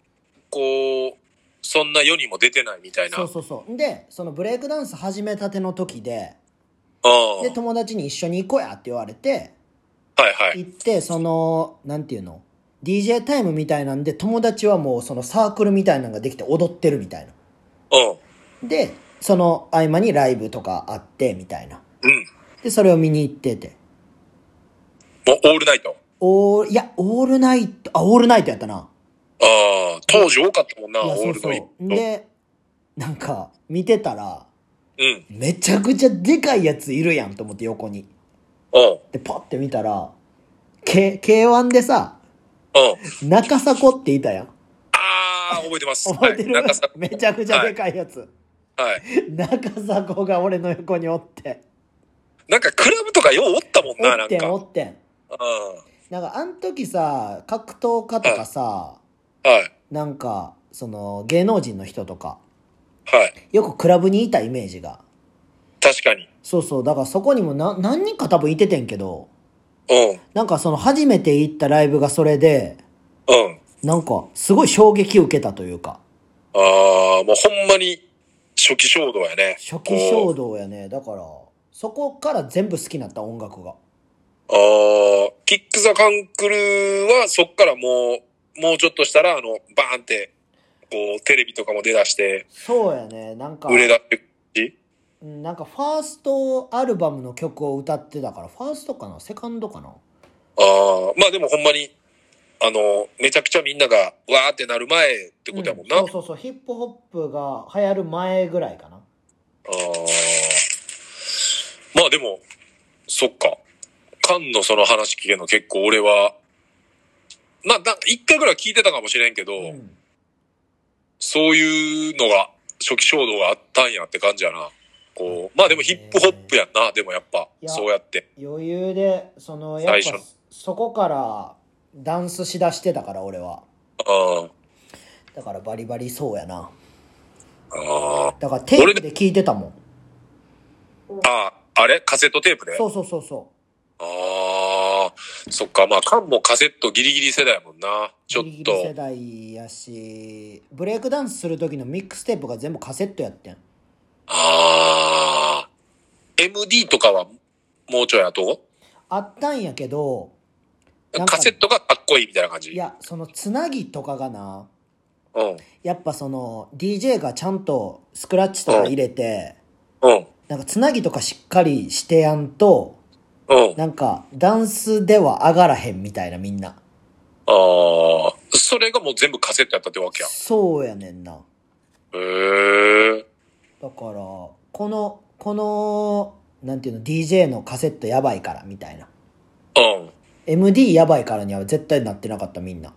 そんな世にも出てないみたいな。 そう。で、そのブレイクダンス始めたての時で、で、友達に一緒に行こうやって言われて、行って、なんていうの？ DJ タイムみたいなんで、友達はもうそのサークルみたいなのができて踊ってるみたいな。で、その合間にライブとかあって、みたいな。で、それを見に行ってて。 オールナイト？ いや、オールナイト、オールナイトやったな。 ああ、当時多かったもんな、オールナイト。 そうそう。で、なんか、見てたら、 うん。 めちゃくちゃでかいやついるやんと思って横に。で、パッて見たら、K1 でさ、中迫っていたやん。 ああ、覚えてます。 覚えてる、 はい、 めちゃくちゃでかいやつ。 はい。 中迫が俺の横におって。 なんかクラブとかようおったもんな、なんか。 おってん。なんかあん時さ、格闘家とかさ、なんか、その、芸能人の人とか、よくクラブにいたイメージが。 確かに。 そうそう。だからそこにも何人か多分いててんけど、なんかその初めて行ったライブがそれで、なんかすごい衝撃受けたというか。 ああ、もうほんまに初期衝動やね。 初期衝動やね。だから、そこから全部好きになった音楽が。 ああ、キックザカンクルはそっからもうちょっとしたらバーンって、こう、テレビとかも出だして。 そうやね。なんか。 売れだって感じ？ なんかファーストアルバムの曲を歌ってたから、ファーストかなセカンドかな。 ああ、まあでもほんまに、めちゃくちゃみんながわーってなる前ってことやもんな。 そう、ヒップホップが流行る前ぐらいかな。 ああ。まあでも、そっか。カンのその話聞けんの結構俺は、まあ、一回ぐらい聞いてたかもしれんけど、そういうのが、初期衝動があったんやって感じやな。こう、まあでもヒップホップやんな、でもやっぱ、そうやって。 余裕で、やっぱ、そこからダンスしだしてたから、俺は。だからバリバリそうやな。だからテープで聞いてたもん。 あれカセットテープで？ そう。 そっか、まあ、カンもカセットギリギリ世代やもんな。ちょっと。ギリギリ世代やし、ブレイクダンスする時のミックステープが全部カセットやってん。 MD とかはもうちょい後？ あったんやけど、 カセットがかっこいいみたいな感じ？ いや、そのつなぎとかがな、やっぱその DJ がちゃんとスクラッチとか入れて、なんかつなぎとかしっかりしてやんと、なんかダンスでは上がらへんみたいなみんな。 それがもう全部カセットやったってわけや。 そうやねんな。だから、この、なんていうの、DJ のカセットやばいからみたいな。MD やばいからには絶対なってなかったみんな。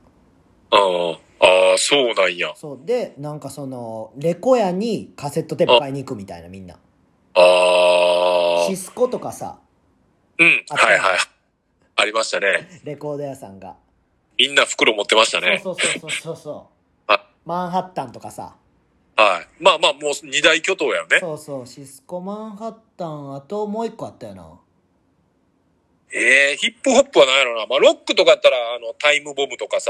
そうなんや。 そう。で、なんかその、レコヤにカセットテープ買いに行くみたいなみんな。シスコとかさ。 はい。ありましたね。 レコード屋さんが。 みんな袋持ってましたね。 そう。マンハッタンとかさ。 はい。まあもう二大巨頭やよね。 そう。シスコ、マンハッタン、あともう一個あったよな。 ヒップホップは何やろな。まあロックとかやったら、タイムボムとかさ。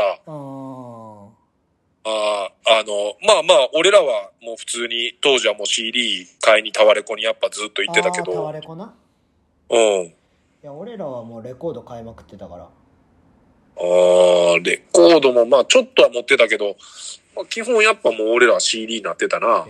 俺らはもう普通に、当時はもう CD 買いにタワレコにやっぱずっと行ってたけど。 タワレコな。いや、俺らはもうレコード買いまくってたから。 レコードもまあちょっとは持ってたけど、まあ、基本やっぱもう俺らは CD になってたな。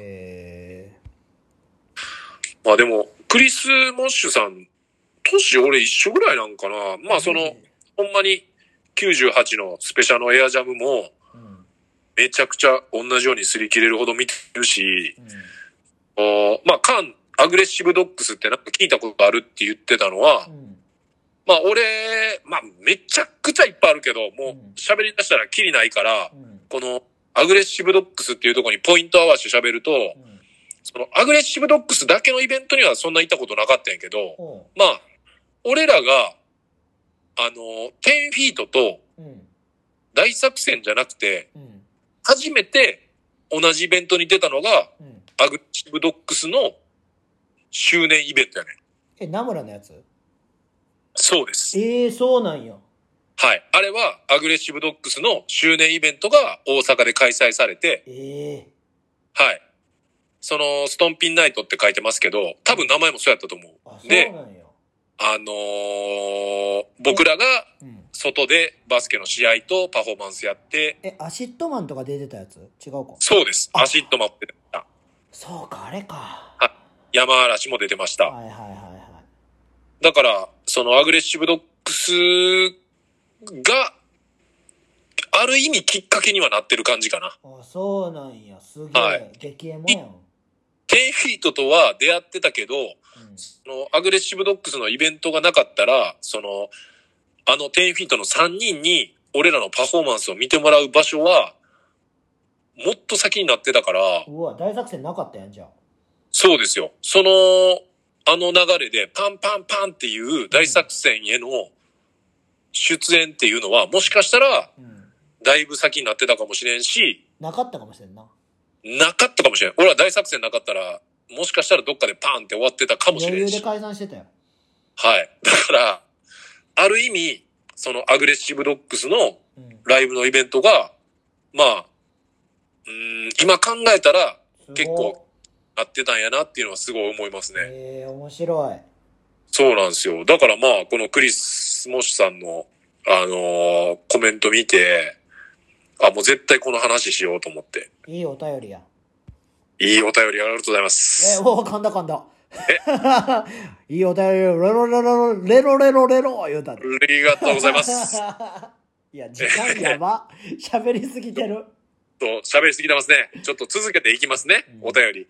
まあでも、クリス・モッシュさん、年俺一緒ぐらいなんかな。まあほんまに98のスペシャルのエアジャムも、めちゃくちゃ同じように擦り切れるほど見てるし、まあアグレッシブドッグスってなんか聞いたことあるって言ってたのは、まあ俺、まあめちゃくちゃいっぱいあるけど、もう喋り出したらキリないから、このアグレッシブドッグスっていうところにポイント合わせて喋ると、そのアグレッシブドッグスだけのイベントにはそんな行ったことなかったんやけど、まあ、俺らが、10フィートと大作戦じゃなくて、初めて同じイベントに出たのが、アグレッシブドッグスの周年イベントやね。 名村のやつ？そうです。 そうなんや。 はい。あれは、アグレッシブドッグスの周年イベントが大阪で開催されて、はい。その、ストンピンナイトって書いてますけど、多分名前もそうやったと思う。で、僕らが、外でバスケの試合とパフォーマンスやって。 アシットマンとか出てたやつ？違うか。 そうです。アシットマンって出てた。 そうか、あれか。 山嵐も出てました。だから、そのアグレッシブドッグスが、ある意味きっかけにはなってる感じかな。 あ、そうなんや。すげえ。はい、激エモやん。 10フィートとは出会ってたけど、そのアグレッシブドッグスのイベントがなかったら、10フィートの3人に俺らのパフォーマンスを見てもらう場所は、もっと先になってたから。 うわ、大作戦なかったやん、じゃあ。 そうですよ。流れでパンパンパンっていう大作戦への出演っていうのは、もしかしたら、だいぶ先になってたかもしれんし、 なかったかもしれんな。 なかったかもしれん。俺は大作戦なかったら、もしかしたらどっかでパーンって終わってたかもしれんし。 余裕で解散してたよ。 はい。だから、ある意味、そのアグレッシブドッグスのライブのイベントが、まあ、今考えたら結構なってたんやなっていうのはすごい思いますね。 面白い。 そうなんですよ。だからまあ、このクリス・モッシュさんの、コメント見て、もう絶対この話しようと思って。 いいお便りや。 いいお便りありがとうございます。 噛んだ噛んだ。いいお便り、レロレロレロレロレロ言うたで。 ありがとうございます。 いや、時間やば。喋りすぎてる。 喋りすぎてますね。ちょっと続けていきますね。お便り。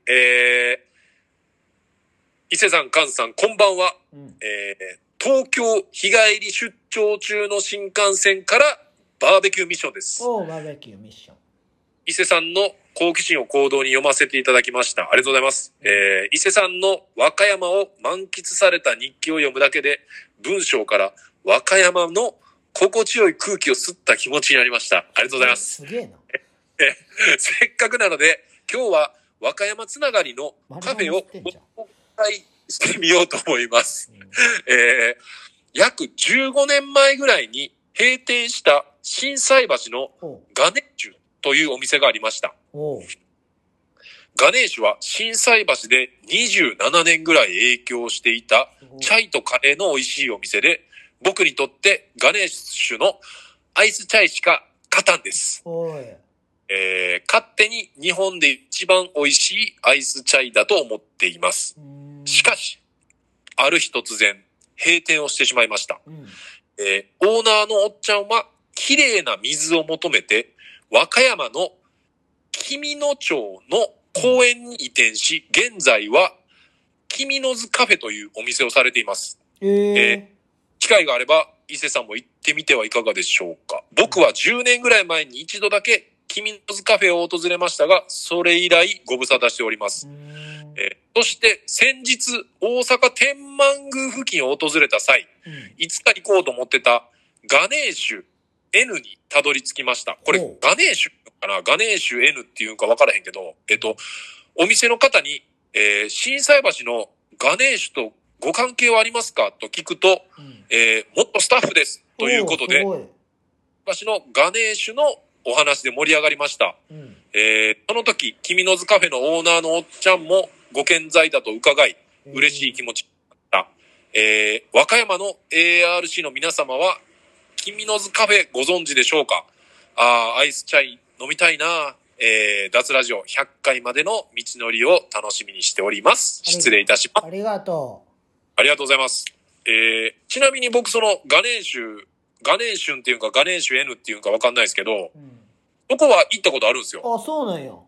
伊勢さん、菅さん、こんばんは。東京日帰り出張中の新幹線からバーベキューミッションです。 バーベキューミッション。 伊勢さんの好奇心を行動に読ませていただきました。ありがとうございます。伊勢さんの和歌山を満喫された日記を読むだけで、文章から和歌山の心地よい空気を吸った気持ちになりました。ありがとうございます。 すげえな。 せっかくなので、今日は和歌山つながりのカフェを紹介してみようと思います。約15年前ぐらいに閉店した心斎橋のガネーシュというお店がありました。ガネーシュは心斎橋で27年ぐらい営業していたチャイとカレーの美味しいお店で、僕にとってガネーシュのアイスチャイしか勝たんです。勝手に日本で一番美味しいアイスチャイだと思っています。しかし、ある日突然閉店をしてしまいました。オーナーのおっちゃんは綺麗な水を求めて和歌山の君野町の公園に移転し、現在は君野津カフェというお店をされています。機会があれば伊勢さんも行ってみてはいかがでしょうか。僕は10年ぐらい前に一度だけ君野津カフェを訪れましたが、それ以来ご無沙汰しております。そして先日大阪天満宮付近を訪れた際、いつか行こうと思ってたガネーシュ N にたどり着きました。これガネーシュかな、ガネーシュ N っていうか分からへんけど、お店の方に、心斎橋のガネーシュとご関係はありますかと聞くと、元スタッフですということで、私のガネーシュのお話で盛り上がりました。その時、君野津カフェのオーナーのおっちゃんもご健在だと伺い、嬉しい気持ちだった。和歌山の ARC の皆様は、君野津カフェご存知でしょうか？アイスチャイ飲みたいな。脱ラジオ100回までの道のりを楽しみにしております。失礼いたします。 ありがとう。 ありがとうございます。ちなみに僕そのガネーシュンっていうかガネーシュ N っていうかわかんないですけど、そこは行ったことあるんですよ。 あ、そうなんや。はい、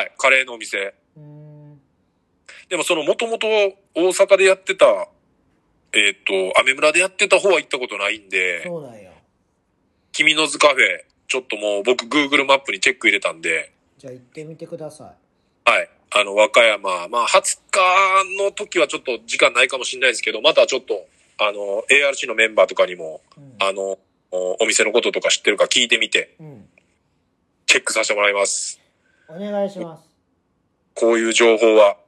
カレーのお店。でもその元々大阪でやってた、アメ村でやってた方は行ったことないんで、 そうなんや。君野津カフェ、ちょっともう僕 Google マップにチェック入れたんで。 じゃあ行ってみてください。はい。和歌山、まあ20日の時はちょっと時間ないかもしれないですけど、またちょっと、ARC のメンバーとかにも、お店のこととか知ってるか聞いてみて、チェックさせてもらいます。 お願いします。 こういう情報は、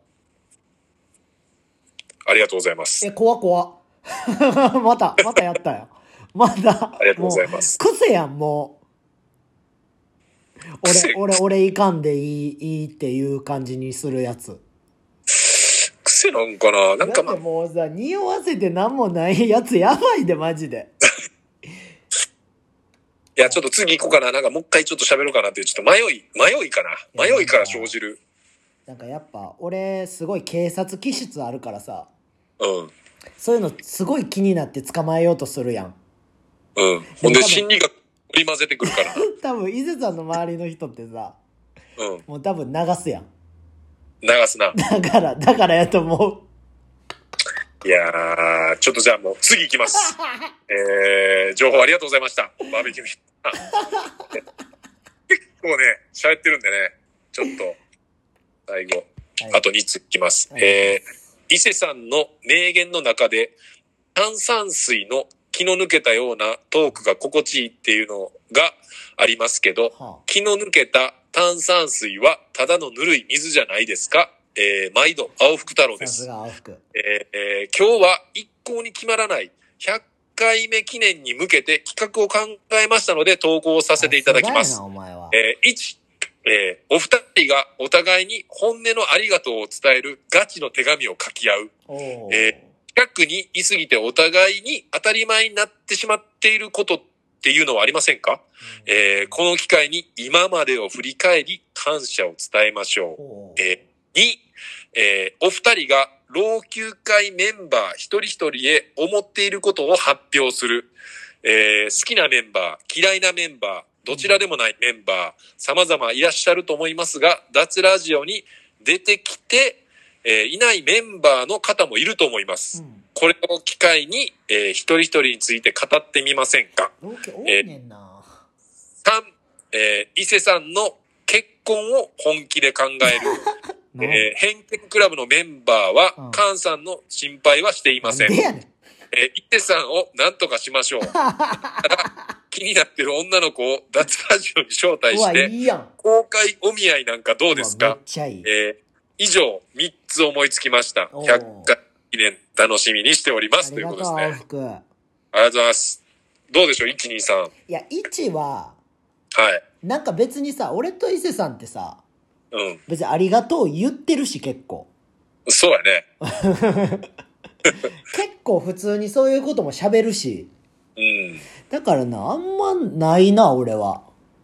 ありがとうございます。 怖またやったよ。まだ。 ありがとうございます。 癖やん、もう。俺いかんでいいっていう感じにするやつ。 癖なんかな、なんかだってもうさ、匂わせてなんもないやつやばいで、マジで。 いや、ちょっと次行こうかな。なんかもう一回ちょっと喋ろうかなっていう、ちょっと迷いかな。迷いから生じる。 なんかやっぱ、俺、すごい警察気質あるからさ。 うん。 そういうのすごい気になって捕まえようとするやん。 うん。ほんで心理学織り交ぜてくるから。 多分、伊勢さんの周りの人ってさ、 うん。 もう多分流すやん。 流すな。 だからやと思う。いやー、ちょっとじゃあもう次行きます。情報ありがとうございました。バーベキューミッター。結構ね、喋ってるんでね、ちょっと、最後、はい、あと2ついきます。はい、伊勢さんの名言の中で、炭酸水の気の抜けたようなトークが心地いいっていうのがありますけど、はあ、気の抜けた炭酸水はただのぬるい水じゃないですか。毎度、青福太郎です。 青福。 今日は一向に決まらない100回目記念に向けて企画を考えましたので投稿させていただきます。 お前は。 1、お二人がお互いに本音のありがとうを伝えるガチの手紙を書き合う。近くにいすぎてお互いに当たり前になってしまっていることっていうのはありませんか？この機会に今までを振り返り感謝を伝えましょう。2、お二人が老朽会メンバー一人一人へ思っていることを発表する。好きなメンバー、嫌いなメンバー、どちらでもないメンバー、様々いらっしゃると思いますが、脱ラジオに出てきて、いないメンバーの方もいると思います。これを機会に、一人一人について語ってみませんか。3、伊勢さんの結婚を本気で考える。偏見クラブのメンバーは、カンさんの心配はしていません。伊勢さんを何とかしましょう。気になってる女の子を脱ラジオに招待して、公開お見合いなんかどうですか？以上、3つ思いつきました。100回記念楽しみにしております。ということですね。ありがとうございます。どうでしょう ?1、2、3。 いや、1は、 はい。 なんか別にさ、俺と伊勢さんってさ、 うん。 別にありがとう言ってるし、結構。 そうやね。 結構普通にそういうことも喋るし。 うん。 だからな、あんまないな、俺は。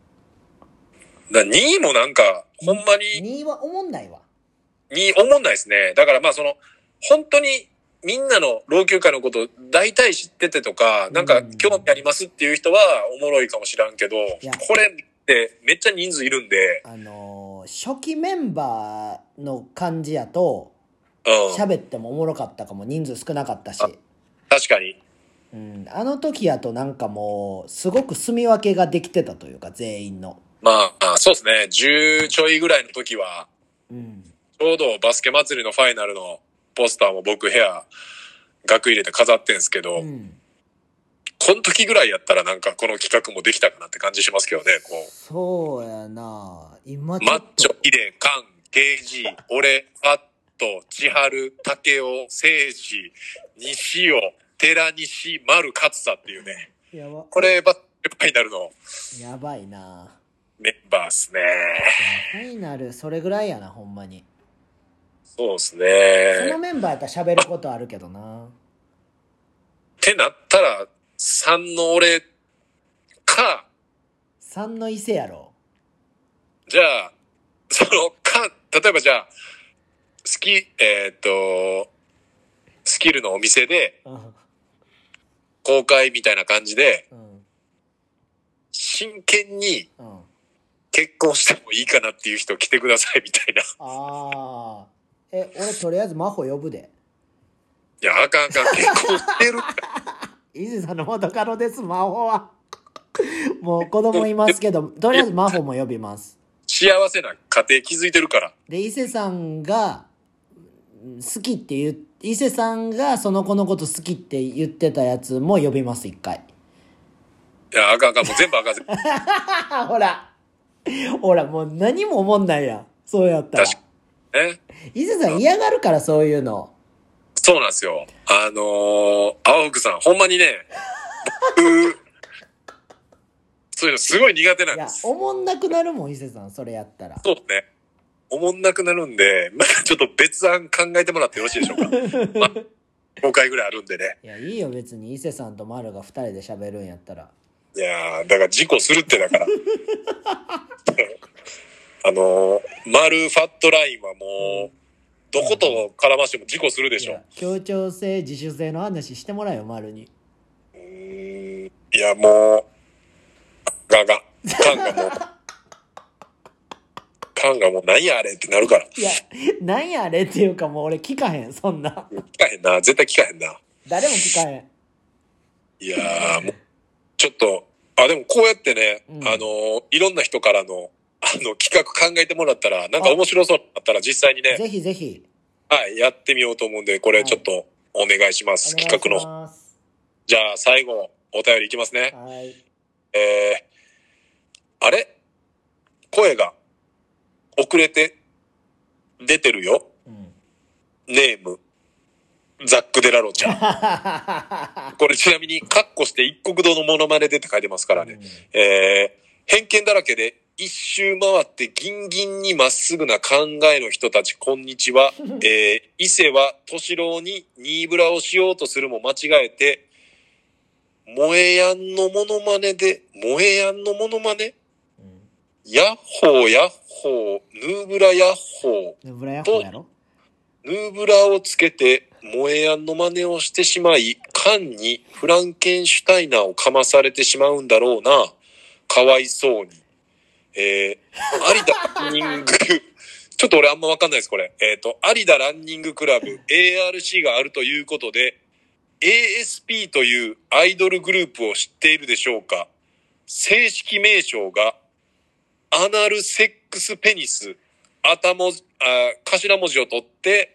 2位もなんか、ほんまに。 2位は思んないわ。 2位思んないですね。だからまあ本当にみんなの老朽化のこと大体知っててとか、なんか興味ありますっていう人はおもろいかもしらんけど、これってめっちゃ人数いるんで。 初期メンバーの感じやと、喋ってもおもろかったかも、人数少なかったし。 確かに。 うん、あの時やとなんかもう、すごく住み分けができてたというか、全員の。 まあ、そうですね。10ちょいぐらいの時は、 うん、 ちょうどバスケ祭りのファイナルのポスターも僕部屋、額入れて飾ってんすけど、この時ぐらいやったらなんかこの企画もできたかなって感じしますけどね、こう。 そうやな今マッチョ、ヒデ、カン、ケイジ、俺、ファット、千春、竹雄、聖司、西尾、寺西、丸、勝田っていうね。 やば。 これバスケファイナルの。 やばいなメンバーっすね。 ファイナル、それぐらいやな、ほんまに。 そうっすね。 そのメンバーやったら喋ることあるけどな。 ってなったら、3の俺か。 3の伊勢やろ。 じゃあ、例えばじゃあ、スキルのお店で、公開みたいな感じで、真剣に結婚してもいいかなっていう人来てくださいみたいな。 ああ。俺とりあえず真帆呼ぶで。 いや、あかん結婚してる。 伊勢さんの元カノです、真帆は。もう子供いますけど、とりあえず真帆も呼びます。 幸せな家庭築いてるから。 で、伊勢さんが好きって伊勢さんがその子のこと好きって言ってたやつも呼びます、一回。 いや、あかん、もう全部あかん。 ほら、もう何も思んないやん。そうやったら。 確かにね。 伊勢さん嫌がるから、そういうの。 そうなんですよ。青福さん、ほんまにね、僕、そういうのすごい苦手なんです。 いや、思んなくなるもん、伊勢さん、それやったら。 そうね。思んなくなるんで、またちょっと別案考えてもらってよろしいでしょうか。まあ、5回ぐらいあるんでね。 いや、いいよ、別に伊勢さんと丸が2人で喋るんやったら。 いやー、だから事故するってだから。丸ファットラインはもう、どこと絡ましても事故するでしょ。 協調性、自主性の話してもらえよ、丸に。 いいや、もう、カンがもう何やあれってなるから。 いや、何やあれっていうかもう俺聞かへん、そんな。 聞かへんな。絶対聞かへんな。 誰も聞かへん。 いやー、もう、ちょっと、でもこうやってね、いろんな人からの、企画考えてもらったら、なんか面白そうだったら実際にね。 ぜひぜひ。 はい、やってみようと思うんで、これちょっとお願いします。企画の。じゃあ、最後、お便りいきますね。 はい。 あれ声が遅れて出てるよ。ネーム、ザック・デラロちゃん。これちなみに、カッコして一国堂のモノマネでって書いてますからね。偏見だらけで一周回ってギンギンにまっすぐな考えの人たち、こんにちは。伊勢は敏郎にニーブラをしようとするも間違えて、萌えやんのモノマネで、萌えやんのモノマネ、ヤッホーヤッホー、ヌーブラヤッホー。 ヌーブラヤッホーやろ？ ヌーブラをつけて、萌えやんの真似をしてしまい、缶にフランケンシュタイナーをかまされてしまうんだろうな。かわいそうに。有田ランニング、ちょっと俺あんまわかんないです、これ。有田ランニングクラブ、ARC があるということで、ASP というアイドルグループを知っているでしょうか？正式名称が、アナルセックスペニス、頭文字を取って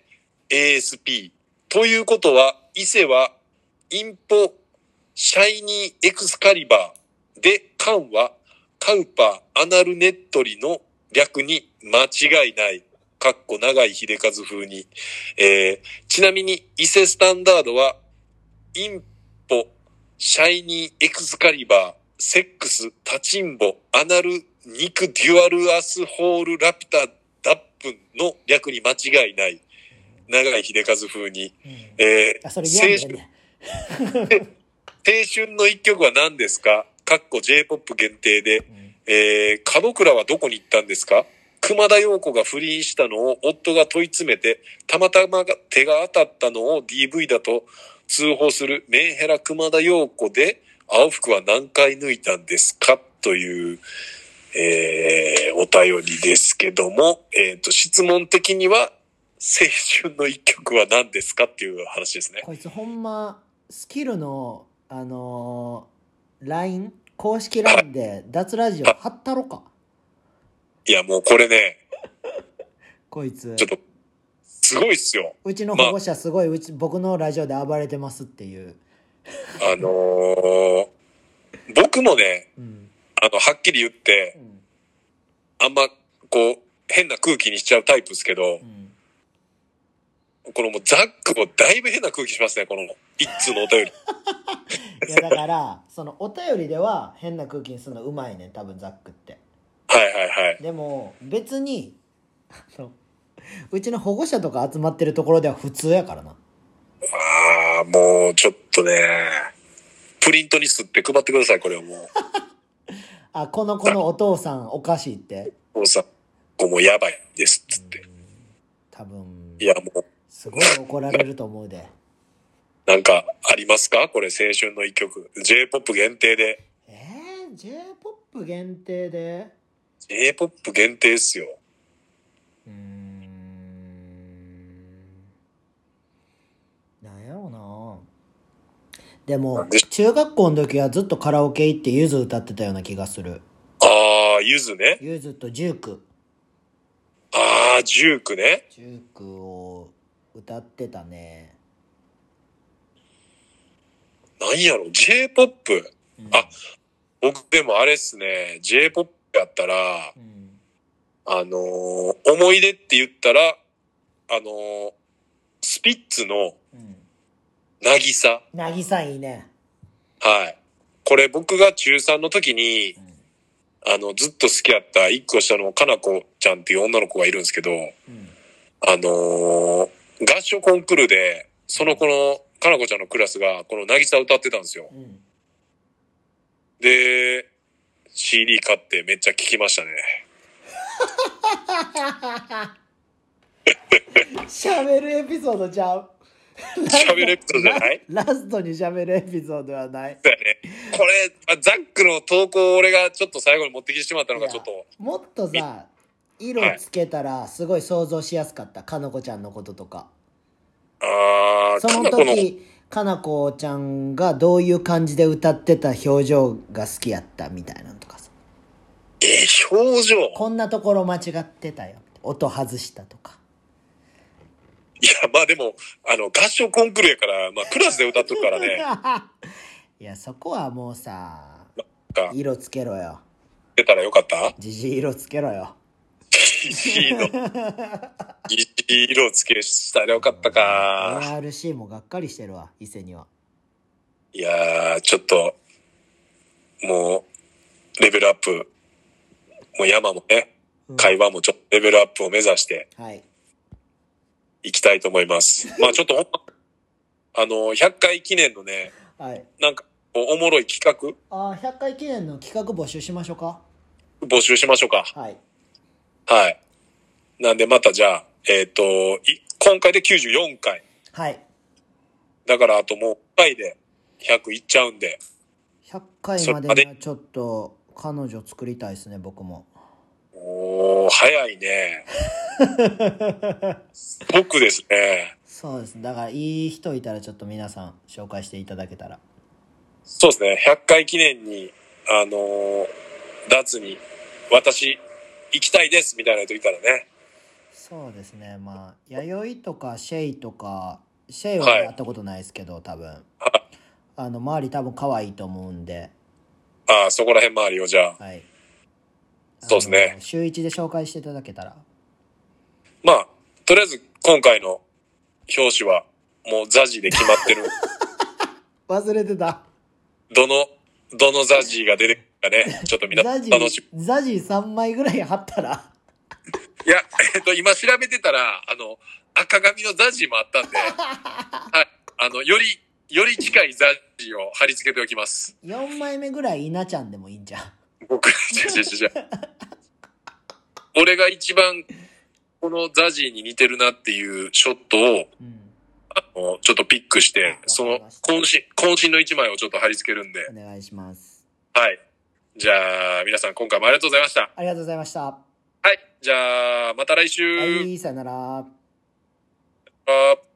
ASP。ということは、伊勢はインポシャイニーエクスカリバーで、カンはカウパーアナルネットリの略に間違いない。かっこ長井秀和風に。ちなみに伊勢スタンダードはインポシャイニーエクスカリバーセックスタチンボアナル肉デュアルアスホールラピュタダップの略に間違いない。長井秀和風に。 それ読んでね。 青春の一曲は何ですか？かっこ J-POP 限定で。門倉はどこに行ったんですか？熊田曜子が不倫したのを夫が問い詰めて、たまたま手が当たったのを DV だと通報するメンヘラ熊田曜子で、青服は何回抜いたんですか？という、お便りですけども、質問的には、青春の一曲は何ですかっていう話ですね。 こいつほんま、スキルの、LINE、公式 LINE で脱ラジオ貼ったろか。 いや、もうこれね、 こいつ。 ちょっと、すごいっすよ。 うちの保護者すごい、僕のラジオで暴れてますっていう。 僕もね、はっきり言って、あんま、こう、変な空気にしちゃうタイプですけど、このもうザックもだいぶ変な空気しますね、この一通のお便り。 いやだから、そのお便りでは変な空気にするのうまいね、多分ザックって。 はいはいはい。 でも、別に、うちの保護者とか集まってるところでは普通やからな。 もうちょっとね、プリントにすって配ってください、これはもう。 この子のお父さんおかしいって。 お父さん、こうもうやばいですっつって。 多分。 いやもう。 すごい怒られると思うで。 なんかありますか？これ青春の一曲。J-POP 限定で。 J-POP 限定で J-POP 限定っすよ。 なんやろうな。でも中学校の時はずっとカラオケ行ってゆず歌ってたような気がする。 ゆずね。 ゆずとジューク。 ジュークね。 ジュークを歌ってたね。 なんやろ J-POP、僕でもあれっすね、J-POP やったら、思い出って言ったら、スピッツの、渚。 渚いいね。 はい。これ僕が中3の時に、ずっと好きやった一個下のかなこちゃんっていう女の子がいるんですけど、合唱コンクールで、その子のかなこちゃんのクラスがこの渚歌ってたんですよ。で、CD 買ってめっちゃ聴きましたね。 喋るエピソードちゃう。 喋るエピソードじゃない？ ラストに喋るエピソードはない。 そうやね。 これ、ザックの投稿を俺がちょっと最後に持ってきてしまったのがちょっと。 もっとさ、色つけたらすごい想像しやすかった。かなこちゃんのこととか。その時、かなこちゃんがどういう感じで歌ってた表情が好きやったみたいなのとかさ。 表情こんなところ間違ってたよ。音外したとか。 いや、まあでも、合唱コンクールやから、まあクラスで歌っとくからね。 いや、そこはもうさ、色つけろよ。 つけたらよかった？ ジジイ色つけろよ。 ジジイ色つけしたらよかったか。 ARC もがっかりしてるわ、伊勢には。 いやー、ちょっと、もう、レベルアップ。もう山もね、会話もちょっとレベルアップを目指して、はい。いきたいと思います。まあちょっと、100回記念のね、はい。なんか、おもろい企画 100回記念の企画募集しましょうか。 募集しましょうか。はい。はい。なんでまたじゃあ、今回で94回。はい。だからあともう1回で100いっちゃうんで。 100回までにはちょっと彼女作りたいですね、僕も。 おー、早いね。僕ですね。 そうです。だからいい人いたらちょっと皆さん紹介していただけたら。 そうですね。100回記念に、ダーツに私行きたいですみたいな人いたらね。 そうですね。まあ、弥生とかシェイとか、シェイはやったことないですけど、多分。はい、周り多分可愛いと思うんで。 ああ、そこら辺周りをじゃあ。はい。そうですね。 週1で紹介していただけたら。 まあ、とりあえず今回の表紙はもうザジーで決まってる。 忘れてた。 どのザジーが出てくるかね。ちょっとみんな楽しみ。 ザジー3枚ぐらい貼ったら。 いや、今調べてたら、赤髪のザジーもあったんで、はい、より近いザジーを貼り付けておきます。 4枚目ぐらい稲ちゃんでもいいんじゃん。 僕、俺が一番、このザジーに似てるなっていうショットを、ちょっとピックして、その、渾身の一枚をちょっと貼り付けるんで。 お願いします。 はい。じゃあ、皆さん今回もありがとうございました。 ありがとうございました。 はい。じゃあ、また来週。 はい、さよなら。